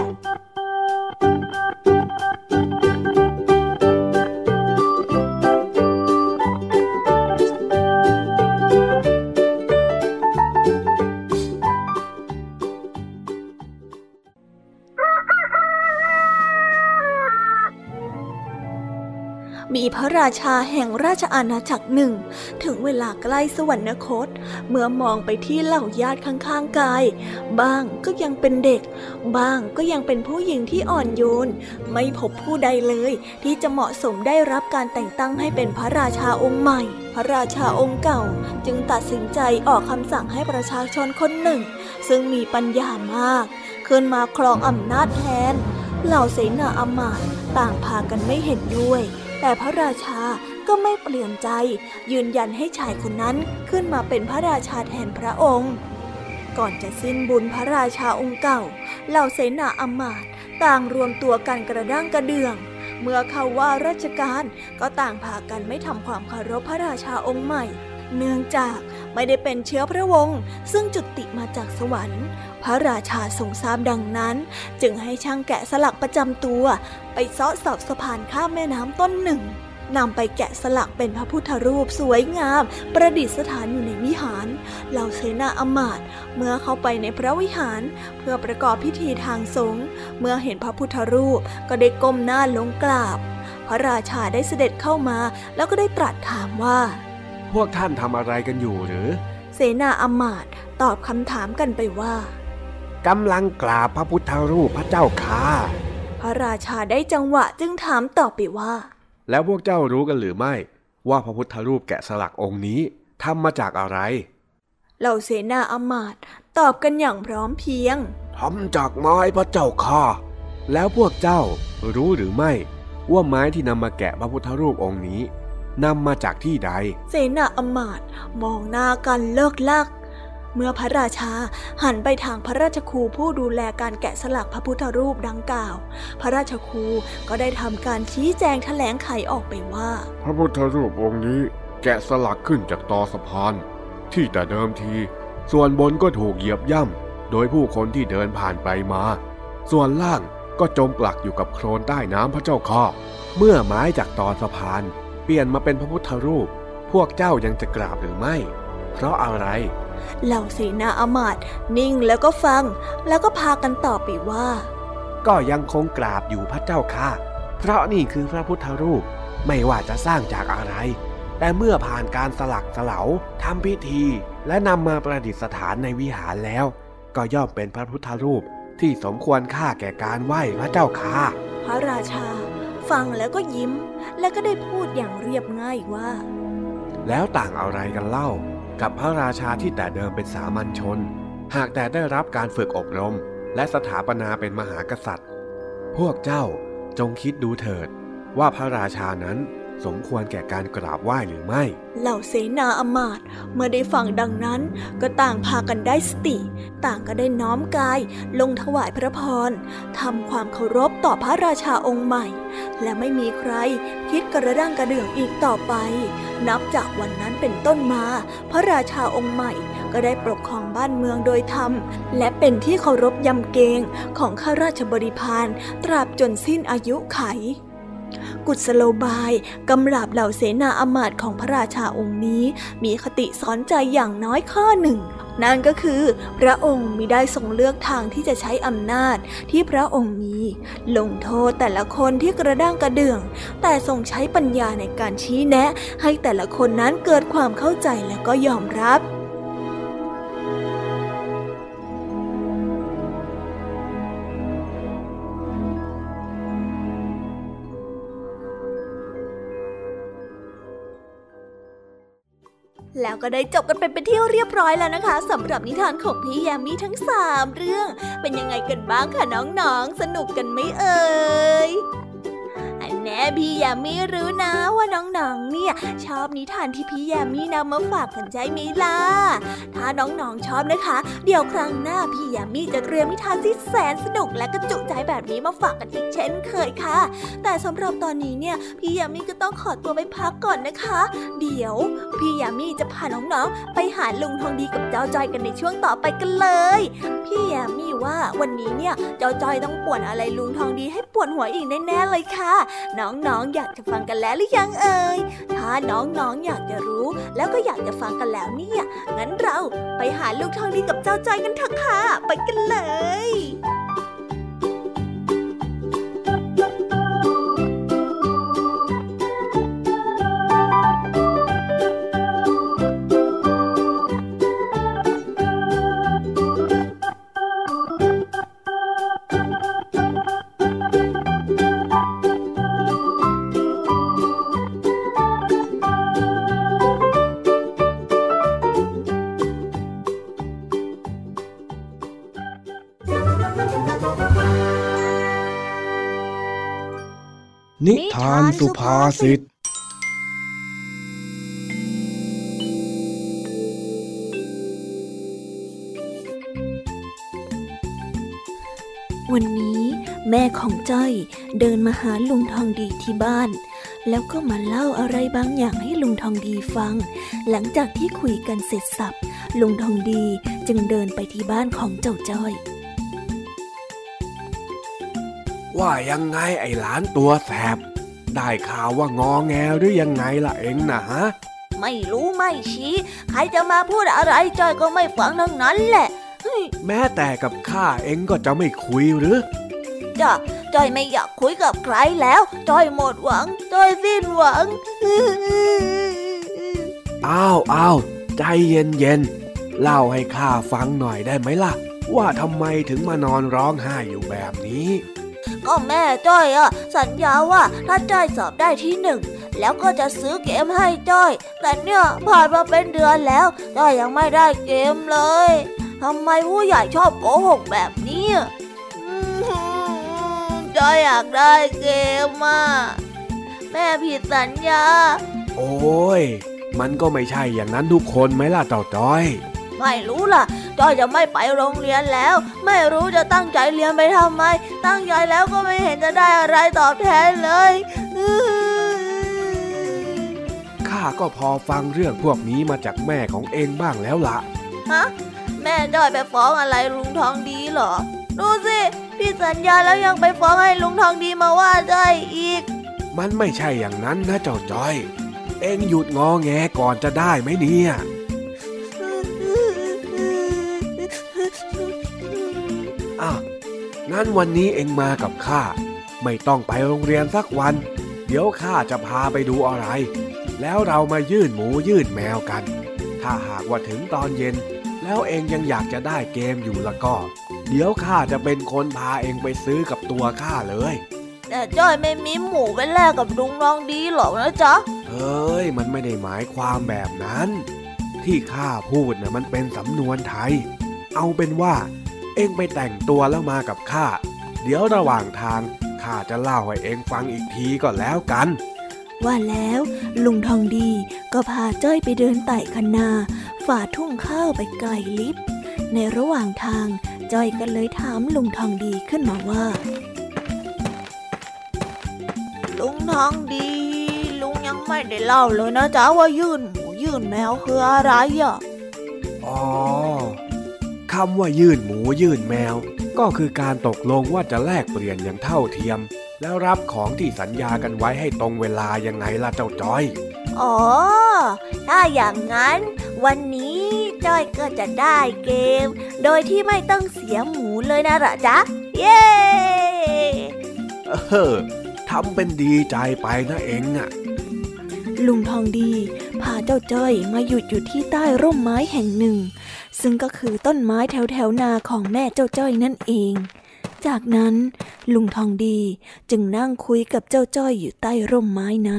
มีพระราชาแห่งราชอาณาจักรหนึ่งถึงเวลาใกล้สวรรคตเมื่อมองไปที่เหล่าญาติข้างๆกายบ้างก็ยังเป็นเด็กบ้างก็ยังเป็นผู้หญิงที่อ่อนโยนไม่พบผู้ใดเลยที่จะเหมาะสมได้รับการแต่งตั้งให้เป็นพระราชาองค์ใหม่พระราชาองค์เก่าจึงตัดสินใจออกคำสั่งให้ประชาชนคนหนึ่งซึ่งมีปัญญามากขึ้นมาครองอำนาจแทนเหล่าเสนาอำมาตย์ต่างพากันไม่เห็นด้วยแต่พระราชาก็ไม่เปลี่ยนใจยืนยันให้ชายคนนั้นขึ้นมาเป็นพระราชาแทนพระองค์ก่อนจะสิ้นบุญพระราชาองค์เก่าเหล่าเสนาอำมาตย์ต่างรวมตัวกันกระด้างกระเดื่องเมื่อเขาว่าราชการก็ต่างพากันไม่ทำความเคารพพระราชาองค์ใหม่เนื่องจากไม่ได้เป็นเชื้อพระวงศ์ซึ่งจุติมาจากสวรรค์พระราชาทรงทราบดังนั้นจึงให้ช่างแกะสลักประจำตัวไปเซาะเสาสะพานข้ามแม่น้ำต้นหนึ่งนำไปแกะสลักเป็นพระพุทธรูปสวยงามประดิษฐานอยู่ในวิหารเหล่าเสนาอำมาตย์เมื่อเข้าไปในพระวิหารเพื่อประกอบพิธีทางสงฆ์เมื่อเห็นพระพุทธรูปก็ได้ก้มหน้าลงกราบพระราชาได้เสด็จเข้ามาแล้วก็ได้ตรัสถามว่าพวกท่านทำอะไรกันอยู่หรือเสนาอำมาตย์ตอบคำถามกันไปว่ากำลังกราบพระพุทธรูปพระเจ้าค่ะพระราชาได้จังหวะจึงถามต่อไปว่าแล้วพวกเจ้ารู้กันหรือไม่ว่าพระพุทธรูปแกะสลักองค์นี้ทำมาจากอะไรเหล่าเสนาอำมาตย์ตอบกันอย่างพร้อมเพรียงทำจากไม้พระเจ้าค่ะแล้วพวกเจ้ารู้หรือไม่ว่าไม้ที่นำมาแกะพระพุทธรูปองค์นี้นำมาจากที่ใดเสนาอมาตย์มองหน้ากันเลิกลักเมื่อพระราชาหันไปทางพระราชครูผู้ดูแลการแกะสลักพระพุทธรูปดังกล่าวพระราชครูก็ได้ทำการชี้แจงแถลงไขออกไปว่าพระพุทธรูปองค์นี้แกะสลักขึ้นจากตอสะพานที่แต่เดิมทีส่วนบนก็ถูกเหยียบย่ำโดยผู้คนที่เดินผ่านไปมาส่วนล่างก็จมปลักอยู่กับโคลนใต้น้ำพระเจ้าข้าเมื่อไม้จากตอสะพานเปลี่ยนมาเป็นพระพุทธรูปพวกเจ้ายังจะกราบหรือไม่เพราะอะไรเหล่าเสนาอมาตย์นิ่งแล้วก็ฟังแล้วก็พากันตอบไปว่าก็ยังคงกราบอยู่พระเจ้าค่ะเพราะนี่คือพระพุทธรูปไม่ว่าจะสร้างจากอะไรแต่เมื่อผ่านการสลักสลาทำพิธีและนำมาประดิษฐานในวิหารแล้วก็ย่อมเป็นพระพุทธรูปที่สมควรค่าแก่การไหว้พระเจ้าค่ะพระราชาฟังแล้วก็ยิ้มแล้วก็ได้พูดอย่างเรียบง่ายว่าแล้วต่างอะไรกันเล่ากับพระราชาที่แต่เดิมเป็นสามัญชนหากแต่ได้รับการฝึกอบรมและสถาปนาเป็นมหากษัตริย์พวกเจ้าจงคิดดูเถิดว่าพระราชานั้นสมควรแก่การกราบไหว้หรือไม่เหล่าเสนาอมาตย์เมื่อได้ฟังดังนั้นก็ต่างพากันได้สติต่างก็ได้น้อมกายลงถวายพระพรทำความเคารพต่อพระราชาองค์ใหม่และไม่มีใครคิดกระด้างกระเดื่องอีกต่อไปนับจากวันนั้นเป็นต้นมาพระราชาองค์ใหม่ก็ได้ปกครองบ้านเมืองโดยธรรมและเป็นที่เคารพยำเกรงของข้าราชบริพารตราบจนสิ้นอายุไขกุศโลบายกำราบเหล่าเสนาอมาตย์ของพระราชาองค์นี้มีคติสอนใจอย่างน้อยข้อหนึ่งนั่นก็คือพระองค์มิได้ทรงเลือกทางที่จะใช้อำนาจที่พระองค์มีลงโทษแต่ละคนที่กระด้างกระเดื่องแต่ทรงใช้ปัญญาในการชี้แนะให้แต่ละคนนั้นเกิดความเข้าใจและก็ยอมรับแล้วก็ได้จบกันไปเป็นที่เรียบร้อยแล้วนะคะสำหรับนิทานของพี่แยมมี่ทั้ง3เรื่องเป็นยังไงกันบ้างคะน้องๆสนุกกันไหมเอ่ยแน่พี่แยมมี่รู้นะว่าน้องๆเนี่ยชอบนิทานที่พี่แยมมี่นำมาฝากกันใจไหมล่ะถ้าน้องๆชอบนะคะเดี๋ยวครั้งหน้าพี่แยมมี่จะเตรียมนิทานที่แสนสนุกและกระจุใจแบบนี้มาฝากกันอีกเช่นเคยค่ะแต่สำหรับตอนนี้เนี่ยพี่แยมมี่ก็ต้องขอตัวไปพักก่อนนะคะเดี๋ยวพี่แยมมี่จะพาน้องๆไปหาลุงทองดีกับเจ้าจ้อยกันในช่วงต่อไปกันเลยพี่แยมมี่ว่าวันนี้เนี่ยเจ้าจ้อยต้องป่วนอะไรลุงทองดีให้ปวดหัวอีกแน่ๆเลยค่ะน้องๆอยากจะฟังกันแล้วหรือยังเอ่ยถ้าน้องๆอยากจะรู้แล้วก็อยากจะฟังกันแล้วเนี่ยงั้นเราไปหาลุงทองดีกับเจ้าจ้อยกันเถอะค่ะไปกันเลยนิทานสุภาษิตวันนี้แม่ของจ้อยเดินมาหาลุงทองดีที่บ้านแล้วก็มาเล่าอะไรบางอย่างให้ลุงทองดีฟังหลังจากที่คุยกันเสร็จสับลุงทองดีจึงเดินไปที่บ้านของเจ้าจ้อยว่ายังไงไอ้หลานตัวแสบได้ข่าวว่างอแงหรือยังไงล่ะเอ็งนะฮะไม่รู้ไม่ชี้ใครจะมาพูดอะไรจ้อยก็ไม่ฟังทั้งนั้นแหละแม้แต่กับข้าเอ็งก็จะไม่คุยหรือจ้อยไม่อยากคุยกับใครแล้วจ้อยหมดหวังจ้อยสิ้นหวังอ้าวใจเย็นเล่าให้ข้าฟังหน่อยได้ไหมล่ะว่าทำไมถึงมานอนร้องไห้อยู่แบบนี้ก็แม่จ้อยสัญญาว่าถ้าจ้อยสอบได้ที่1แล้วก็จะซื้อเกมให้จ้อยแต่เนี่ยผ่านมาเป็นเดือนแล้วจ้อยยังไม่ได้เกมเลยทำไมผู้ใหญ่ชอบโกหกแบบนี้จ้อยอยากได้เกมอ่ะแม่ผิดสัญญาโอ้ยมันก็ไม่ใช่อย่างนั้นทุกคนไหมล่ะเจ้าจ้อยไม่รู้ล่ะจ้อยจะไม่ไปโรงเรียนแล้วไม่รู้จะตั้งใจเรียนไปทำไมตั้งใจแล้วก็ไม่เห็นจะได้อะไรตอบแทนเลยข้าก็พอฟังเรื่องพวกนี้มาจากแม่ของเองบ้างแล้วล่ะฮะแม่จ้อยไปฟ้องอะไรลุงทองดีเหรอดูสิพี่สัญญาแล้วยังไปฟ้องให้ลุงทองดีมาว่าจ้อยอีกมันไม่ใช่อย่างนั้นนะเจ้าจ้อยเอ็งหยุดงอแงก่อนจะได้ไหมเนี่ยอ้าวงั้นวันนี้เอ็งมากับข้าไม่ต้องไปโรงเรียนสักวันเดี๋ยวข้าจะพาไปดูอะไรแล้วเรามายื่นหมูยื่นแมวกันถ้าหากว่าถึงตอนเย็นแล้วเอ็งยังอยากจะได้เกมอยู่ละก็เดี๋ยวข้าจะเป็นคนพาเอ็งไปซื้อกับตัวข้าเลยแต่จ้อยไม่มีหมูไปแลกกับลุงทองดีหรอกนะจ๊ะเฮ้ยมันไม่ได้หมายความแบบนั้นที่ข้าพูดนะมันเป็นสำนวนไทยเอาเป็นว่าเอ็งไปแต่งตัวแล้วมากับข้าเดี๋ยวระหว่างทางข้าจะเล่าให้เอ็งฟังอีกทีก็แล้วกันว่าแล้วลุงทองดีก็พาจ้อยไปเดินไต่คะนาฝ่าทุ่งข้าวไปไกลลิบในระหว่างทางจ้อยก็เลยถามลุงทองดีขึ้นมาว่าลุงทองดีลุงยังไม่ได้เล่าเลยนะจ๊ะว่ายื่นหมูยื่นแมวคืออะไรอ่ะอ๋อคำว่ายื่นหมูยื่นแมวก็คือการตกลงว่าจะแลกเปลี่ยนอย่างเท่าเทียมแล้วรับของที่สัญญากันไว้ให้ตรงเวลายังไงล่ะเจ้าจ้อยอ๋อถ้าอย่างนั้นวันนี้จ้อยก็จะได้เกมโดยที่ไม่ต้องเสียหมูเลยนะเหรอจ๊ะเย้ทำเป็นดีใจไปนะเอ็งอ่ะลุงทองดีพาเจ้าจ้อยมาหยุดอยู่ที่ใต้ร่มไม้แห่งหนึ่งซึ่งก็คือต้นไม้แถวนาของแม่เจ้าจ้อยนั่นเองจากนั้นลุงทองดีจึงนั่งคุยกับเจ้าจ้อยอยู่ใต้ร่มไม้นั้น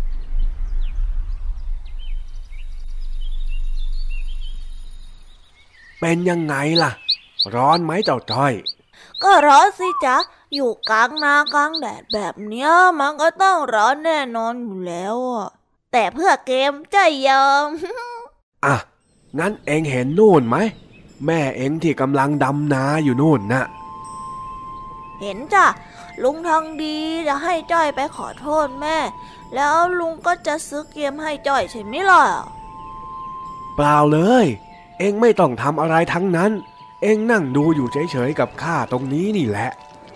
เป็นยังไงล่ะร้อนไหมเจ้าจ้อยก็ร้อนสิจ๊ะอยู่กลางนากลางแดดแบบเนี้ยมันก็ต้องร้อนแน่นอนอยู่แล้วแต่เพื่อเกมใจยอมอ่ะงั้นเอ็งเห็นนู่นไหมแม่เอ็งที่กำลังดำนาอยู่นู่นน่ะเห็นจ้ะลุงทองดีจะให้จ้อยไปขอโทษแม่แล้วลุงก็จะซื้อเกมให้จ้อยใช่ไหมล่ะเปล่าเลยเอ็งไม่ต้องทำอะไรทั้งนั้นเอ็งนั่งดูอยู่เฉยๆกับข้าตรงนี้นี่แหละ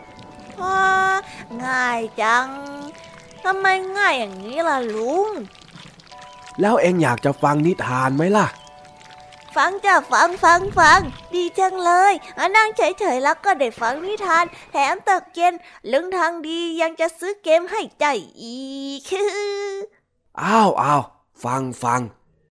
ง่ายจังทำไมง่ายอย่างนี้ล่ะลุงแล้วเอ็งอยากจะฟังนิทานไหมล่ะฟังจ้ะฟังดีจังเลยนั่งเฉยๆแล้วก็ได้ฟังนิทานแถมตกเย็นลุงทางดียังจะซื้อเกมให้ใจอีกอ้าวฟัง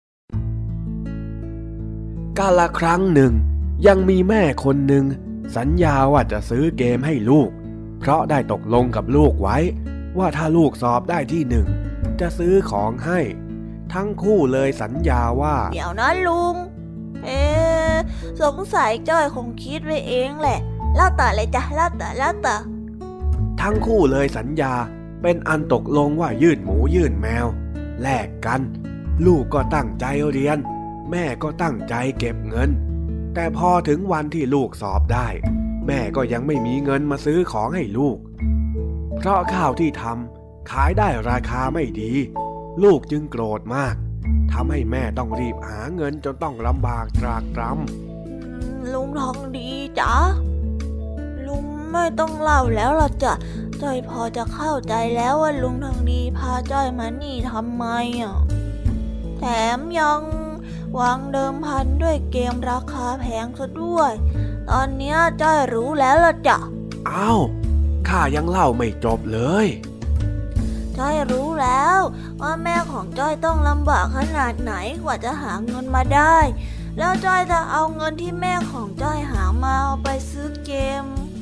กาลครั้งหนึ่งยังมีแม่คนหนึ่งสัญญาว่าจะซื้อเกมให้ลูกเพราะได้ตกลงกับลูกไว้ว่าถ้าลูกสอบได้ที่1จะซื้อของให้ทั้งคู่เลยสัญญาว่าเดี๋ยวนะลุงสงสัยจ้อยคงคิดไว้เองแหละเล่าต่อเลยจ้ะเล่าต่อทั้งคู่เลยสัญญาเป็นอันตกลงว่ายื่นหมูยื่นแมวแลกกันลูกก็ตั้งใจเรียนแม่ก็ตั้งใจเก็บเงินแต่พอถึงวันที่ลูกสอบได้แม่ก็ยังไม่มีเงินมาซื้อของให้ลูกเพราะข้าวที่ทำขายได้ราคาไม่ดีลูกจึงโกรธมากทำให้แม่ต้องรีบหาเงินจนต้องลำบากตรากตรำลุงทองดีจ๊ะลุงไม่ต้องเล่าแล้วล่ะจ้ะจ้อยพอจะเข้าใจแล้วว่าลุงทองดีพาจ้อยมานี่ทำไมแถมยังวางเดิมพันด้วยเกมราคาแพงซะด้วยตอนนี้จ้อยรู้แล้วล่ะจ้ะอ้าวข้ายังเล่าไม่จบเลยจ้อยรู้แล้วว่าแม่ของจ้อยต้องลำบากขนาดไหนกว่าจะหาเงินมาได้แล้วจ้อยจะเอาเงินที่แม่ของจ้อยหามาเอาไปซื้อเกม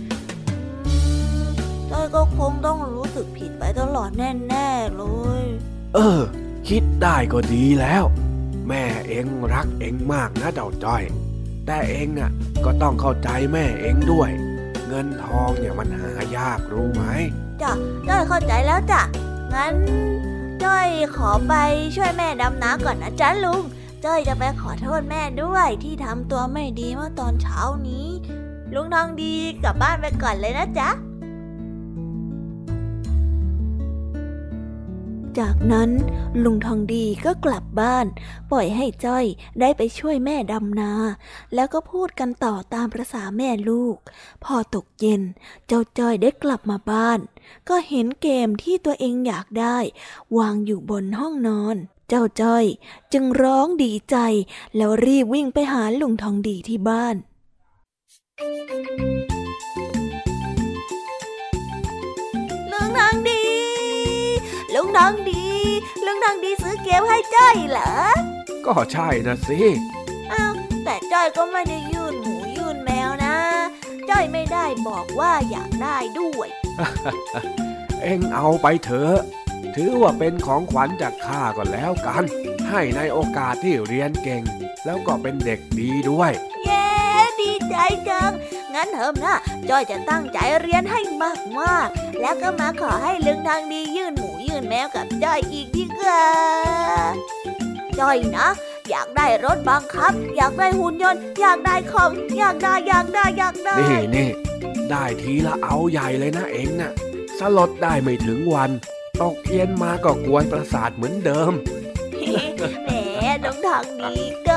จ้อยก็คงต้องรู้สึกผิดไปตลอดแน่ๆเลยคิดได้ก็ดีแล้วแม่เอ็งรักเอ็งมากนะเจ้าจ้อยแต่เอ็งก็ต้องเข้าใจแม่เอ็งด้วยเงินทองเนี่ยมันหายากรู้ไหมจ้ะจ้อยเข้าใจแล้วจ้ะงั้นจ้อยขอไปช่วยแม่ดำนาก่อนนะจ๊ะลุงจ้อยจะไปขอโทษแม่ด้วยที่ทำตัวไม่ดีเมื่อตอนเช้านี้ลุงทองดีกลับบ้านไปก่อนเลยนะจ๊ะจากนั้นลุงทองดีก็กลับบ้านปล่อยให้จ้อยได้ไปช่วยแม่ดำนาแล้วก็พูดกันต่อตามประสาแม่ลูกพอตกเย็นเจ้าจ้อยได้กลับมาบ้านก็เห็นเกมที่ตัวเองอยากได้วางอยู่บนห้องนอนเจ้าจ้อยจึงร้องดีใจแล้วรีบวิ่งไปหาลุงทองดีที่บ้านลุงทองดีลุงทองดีลุงทองดีซื้อเกมให้จ้อยเหรอก็ใช่นะสิอ้าวแต่จ้อยก็ไม่ได้ยื่นหมูยื่นแมวนะจ้อยไม่ได้บอกว่าอยากได้ด้วยเอ็งเอาไปเถอะถือว่าเป็นของขวัญจากข้าก็แล้วกันให้ในโอกาสที่เรียนเก่งแล้วก็เป็นเด็กดีด้วยเย้ดีใจจังงั้นเถอะนะจ้อยจะตั้งใจเรียนให้มากๆแล้วก็มาขอให้ลุงทองดียื่นหมูยื่นแมวกับจ้อยอีกดีกว่าจ้อยนะอยากได้รถบังคับอยากได้หุ่นยนต์อยากได้คอมอยากได้นี่ได้ทีละเอาใหญ่เลยนะเอ็งน่ะสลดได้ไม่ถึงวันตกเย็นมาก็กวนประสาทเหมือนเดิมแหมลุงทองดีก็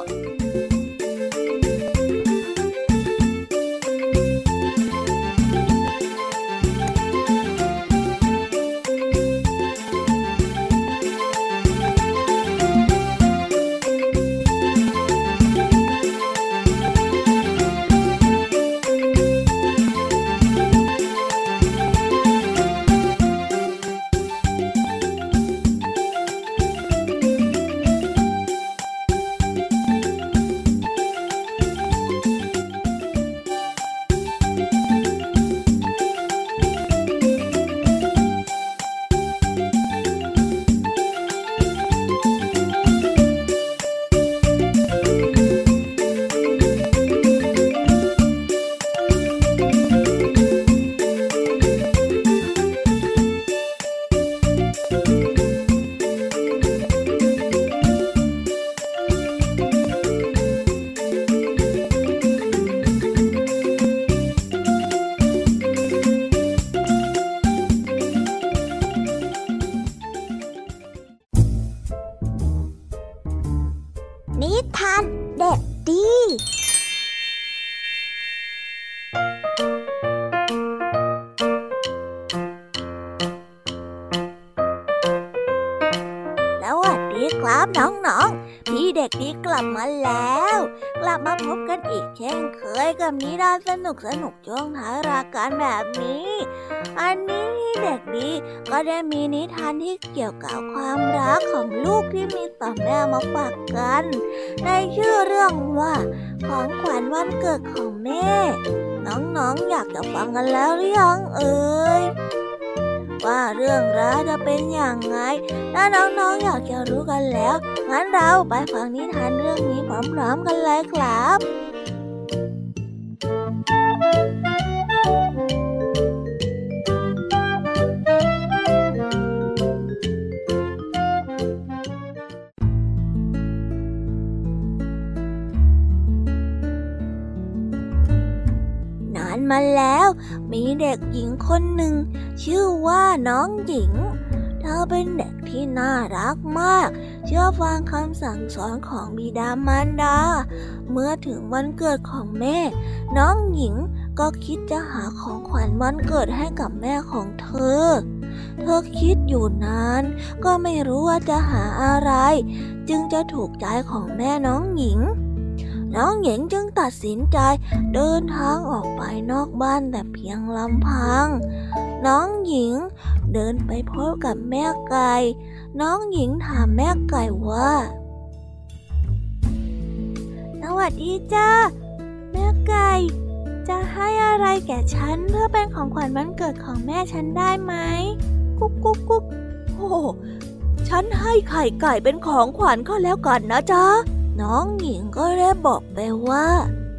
มาพบกันอีกเช่นเคยกับนิทานสนุกช่วงท้ายรายการแบบนี้อันนี้เด็กดีก็ได้มีนิทานที่เกี่ยวกับความรักของลูกที่มีต่อแม่มาฝากกันในชื่อเรื่องว่าของขวัญวันเกิดของแม่น้องๆอยากจะฟังกันแล้วหรือยังเอ่ยว่าเรื่องราวจะเป็นอย่างไรถ้าน้องๆอยากจะรู้กันแล้วงั้นเราไปฟังนิทานเรื่องนี้พร้อมๆกันเลยครับนานมาแล้วมีเด็กหญิงคนหนึ่งชื่อว่าน้องหญิงเธอเป็นเด็กที่น่ารักมากเชื่อฟังคำสั่งสอนของบิดามารดาเมื่อถึงวันเกิดของแม่น้องหญิงก็คิดจะหาของขวัญวันเกิดให้กับแม่ของเธอคิดอยู่นานก็ไม่รู้ว่าจะหาอะไรจึงจะถูกใจของแม่น้องหญิงจึงตัดสินใจเดินทางออกไปนอกบ้านแต่เพียงลำพังน้องหญิงเดินไปพบกับแม่ไก่น้องหญิงถามแม่ไก่ว่าสวัสดีจ้าแม่ไก่จะให้อะไรแก่ฉันเพื่อเป็นของขวัญวันเกิดของแม่ฉันได้ไหมกุ๊กกุ๊กกุ๊กโอ้ฉันให้ไข่ไก่เป็นของขวัญก็แล้วกันนะจ๊ะน้องหญิงก็ได้บอกไปว่า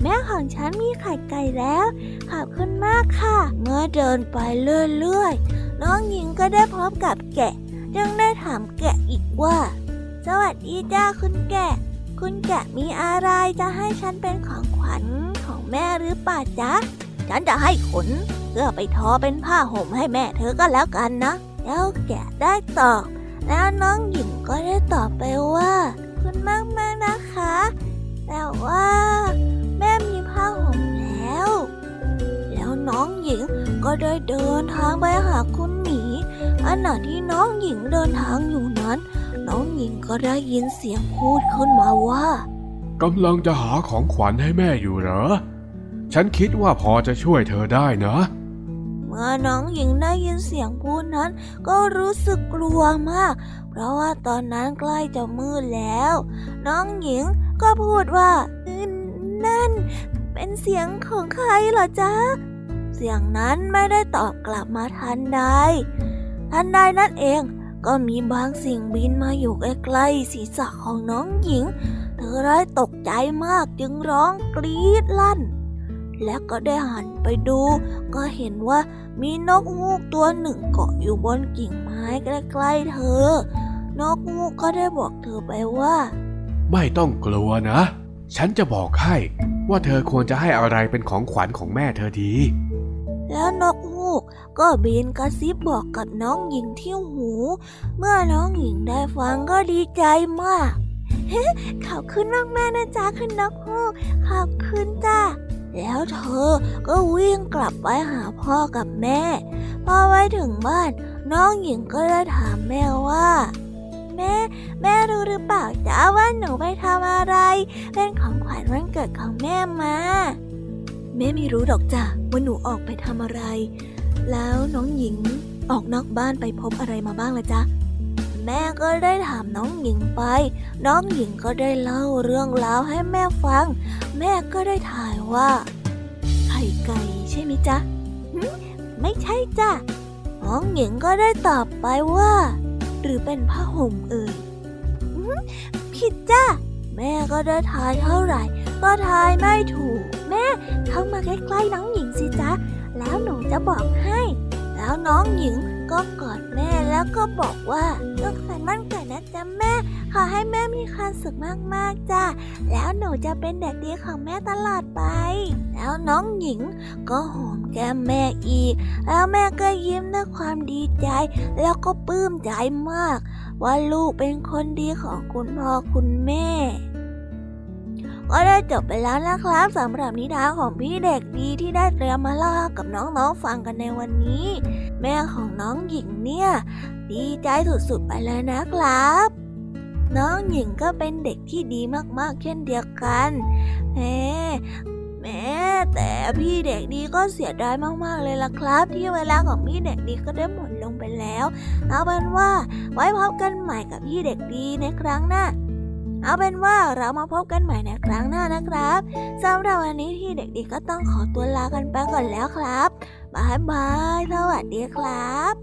แม่ของฉันมีไข่ไก่แล้วขอบคุณมากค่ะเมื่อเดินไปเรื่อยๆน้องหญิงก็ได้พบกับแกะจึงได้ถามแกะอีกว่าสวัสดีจ้าคุณแกะคุณแกะมีอะไรจะให้ฉันเป็นของขวัญของแม่หรือเปล่าจ๊ะฉันจะให้ขนเพื่อไปทอเป็นผ้าห่มให้แม่เธอก็แล้วกันนะแล้วแกะได้ตอบแล้วน้องหญิงก็ได้ตอบไปว่าคุณมากมากนะคะแต่ว่าแม่มีผ้าห่มแล้วน้องหญิงก็ได้เดินทางไปหาคุณหมีขณะที่น้องหญิงเดินทางอยู่นั้นน้องหญิงก็ได้ยินเสียงพูดขึ้นมาว่ากำลังจะหาของขวัญให้แม่อยู่เหรอฉันคิดว่าพอจะช่วยเธอได้นะเมื่อน้องหญิงได้ยินเสียงพูดนั้นก็รู้สึกกลัวมากเพราะว่าตอนนั้นใกล้จะมืดแล้วน้องหญิงก็พูดว่านั่นเป็นเสียงของใครเหรอจ๊ะเสียงนั้นไม่ได้ตอบกลับมาทันใดนั่นเองก็มีบางสิ่งบินมาอยู่ใกล้ๆศีรษะของน้องหญิงเธอได้ตกใจมากจึงร้องกรี๊ดลั่นและก็ได้หันไปดูก็เห็นว่ามีนกฮูกตัวหนึ่งเกาะอยู่บนกิ่งไม้ใกล้ๆเธอนกฮูกก็ได้บอกเธอไปว่าไม่ต้องกลัวนะฉันจะบอกให้ว่าเธอควรจะให้อะไรเป็นของขวัญของแม่เธอดีแล้วนกฮูกก็บินกระซิบบอกกับน้องหญิงที่หูเมื่อน้องหญิงได้ฟังก็ดีใจมากขอบคุณมากๆนะจ๊ะคุณนกฮูกขอบคุณจ้าแล้วเธอก็วิ่งกลับไปหาพ่อกับแม่พอไปถึงบ้านน้องหญิงก็ได้ถามแม่ว่าแม่รู้หรือเปล่าจ๊ะว่าหนูไปทำอะไรเป็นของขวัญวันเกิดของแม่มาแม่ไม่รู้หรอกจ้ะว่าหนูออกไปทำอะไรแล้วน้องหญิงออกนอกบ้านไปพบอะไรมาบ้างล่ะจ๊ะแม่ก็ได้ถามน้องหญิงไปน้องหญิงก็ได้เล่าเรื่องราวให้แม่ฟังแม่ก็ได้ถ่ายว่าไข่ไก่ใช่ไหมจ๊ะไม่ใช่จ้ะน้องหญิงก็ได้ตอบไปว่าหรือเป็นผ้าห่มเอ่ยผิดจ้ะแม่ก็ได้ทายเท่าไหร่ก็ทายไม่ถูกแม่เข้ามาใกล้ๆน้องหญิงสิจ๊ะแล้วหนูจะบอกให้แล้วน้องหญิงก็กอดแม่แล้วก็บอกว่าสุขสันต์วันเกิดนะจ๊ะแม่ขอให้แม่มีความสุขมากๆจ้ะแล้วหนูจะเป็นเด็กดีของแม่ตลอดไปแล้วน้องหญิงก็หอมแก้มแม่อีกแล้วแม่ก็ยิ้มด้วยความดีใจแล้วก็ปลื้มใจมากว่าลูกเป็นคนดีของคุณพ่อคุณแม่ก็ได้จบไปแล้วนะครับสำหรับนิทานของพี่เด็กดีที่ได้เตรียมมาเล่ากับน้องๆฟังกันในวันนี้แม่ของน้องหญิงเนี่ยดีใจสุดๆไปเลยนะครับน้องหญิงก็เป็นเด็กที่ดีมากๆเช่นเดียวกันแม่แต่พี่เด็กดีก็เสียดายมากๆเลยล่ะครับที่เวลาของพี่เด็กดีก็ได้หมดลงไปแล้วเอาเป็นว่าไว้พบกันใหม่กับพี่เด็กดีในครั้งหน้าเอาเป็นว่าเรามาพบกันใหม่ในครั้งหน้านะครับสำหรับวันนี้พี่เด็กดีก็ต้องขอตัวลากันไปก่อนแล้วครับบ๊ายบายสวัสดีครับ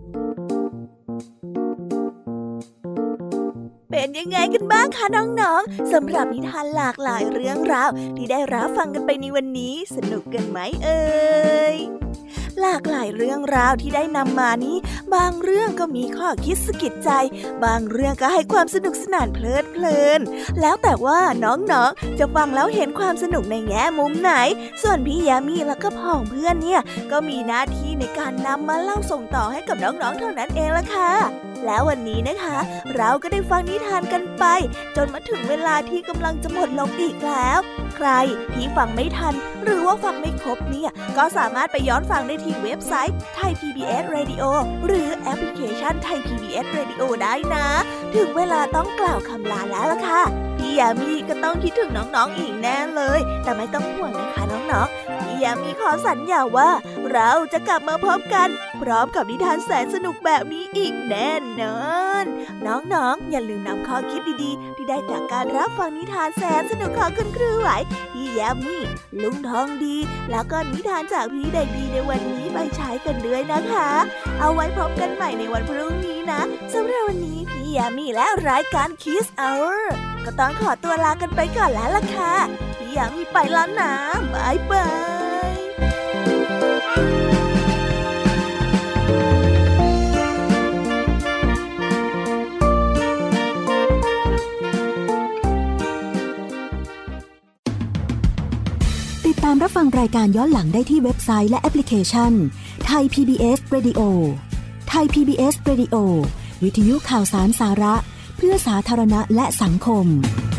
เป็นยังไงกันบ้างคะน้องๆสำหรับนิทานหลากหลายเรื่องราวที่ได้รับฟังกันไปในวันนี้สนุกกันไหมเอ่ยหลากหลายเรื่องราวที่ได้นำมานี้บางเรื่องก็มีข้อคิดสะกิดใจบางเรื่องก็ให้ความสนุกสนานเพลินแล้วแต่ว่าน้องๆจะฟังแล้วเห็นความสนุกในแง่มุมไหนส่วนพี่ยามีแล้วก็พ่องเพื่อนเนี่ยก็มีหน้าที่ในการนำมาเล่าส่งต่อให้กับน้องๆเท่านั้นเองล่ะค่ะแล้ววันนี้นะคะเราก็ได้ฟังนิทานกันไปจนมาถึงเวลาที่กำลังจะหมดลงอีกแล้วใครที่ฟังไม่ทันหรือว่าฟังไม่ครบเนี่ยก็สามารถไปย้อนฟังได้ที่เว็บไซต์ Thai PBS Radio หรือแอปพลิเคชัน Thai PBS Radio ได้นะถึงเวลาต้องกล่าวคำลาแล้วล่ะค่ะพี่ยามีก็ต้องคิดถึงน้องๆอีกแน่เลยแต่ไม่ต้องห่วงนะคะน้องๆพี่ยามีขอสัญญาว่าเราจะกลับมาพบกันพร้อมกับนิทานแสนสนุกแบบนี้อีกแน่นอนน้องๆอย่าลืมนำข้อคิดดีๆที่ได้จากการรับฟังนิทานแสนสนุกของคุณครูไหวพี่ยามีลุงทองดีแล้วก็นิทานจากพี่เด็กดีในวันนี้ไปใช้กันด้วยนะคะเอาไว้พบกันใหม่ในวันพรุ่งนี้นะสำหรับวันนี้พี่ยามีและรายการ Kids Hour ก็ต้องขอตัวลากันไปก่อนแล้วล่ะค่ะพี่อยากมีไปแล้วนะบายบายติดตามรับฟังรายการย้อนหลังได้ที่เว็บไซต์และแอปพลิเคชัน Thai PBS Radio Thai PBS Radio วิทยุข่าวสารสาระเพื่อสาธารณะและสังคม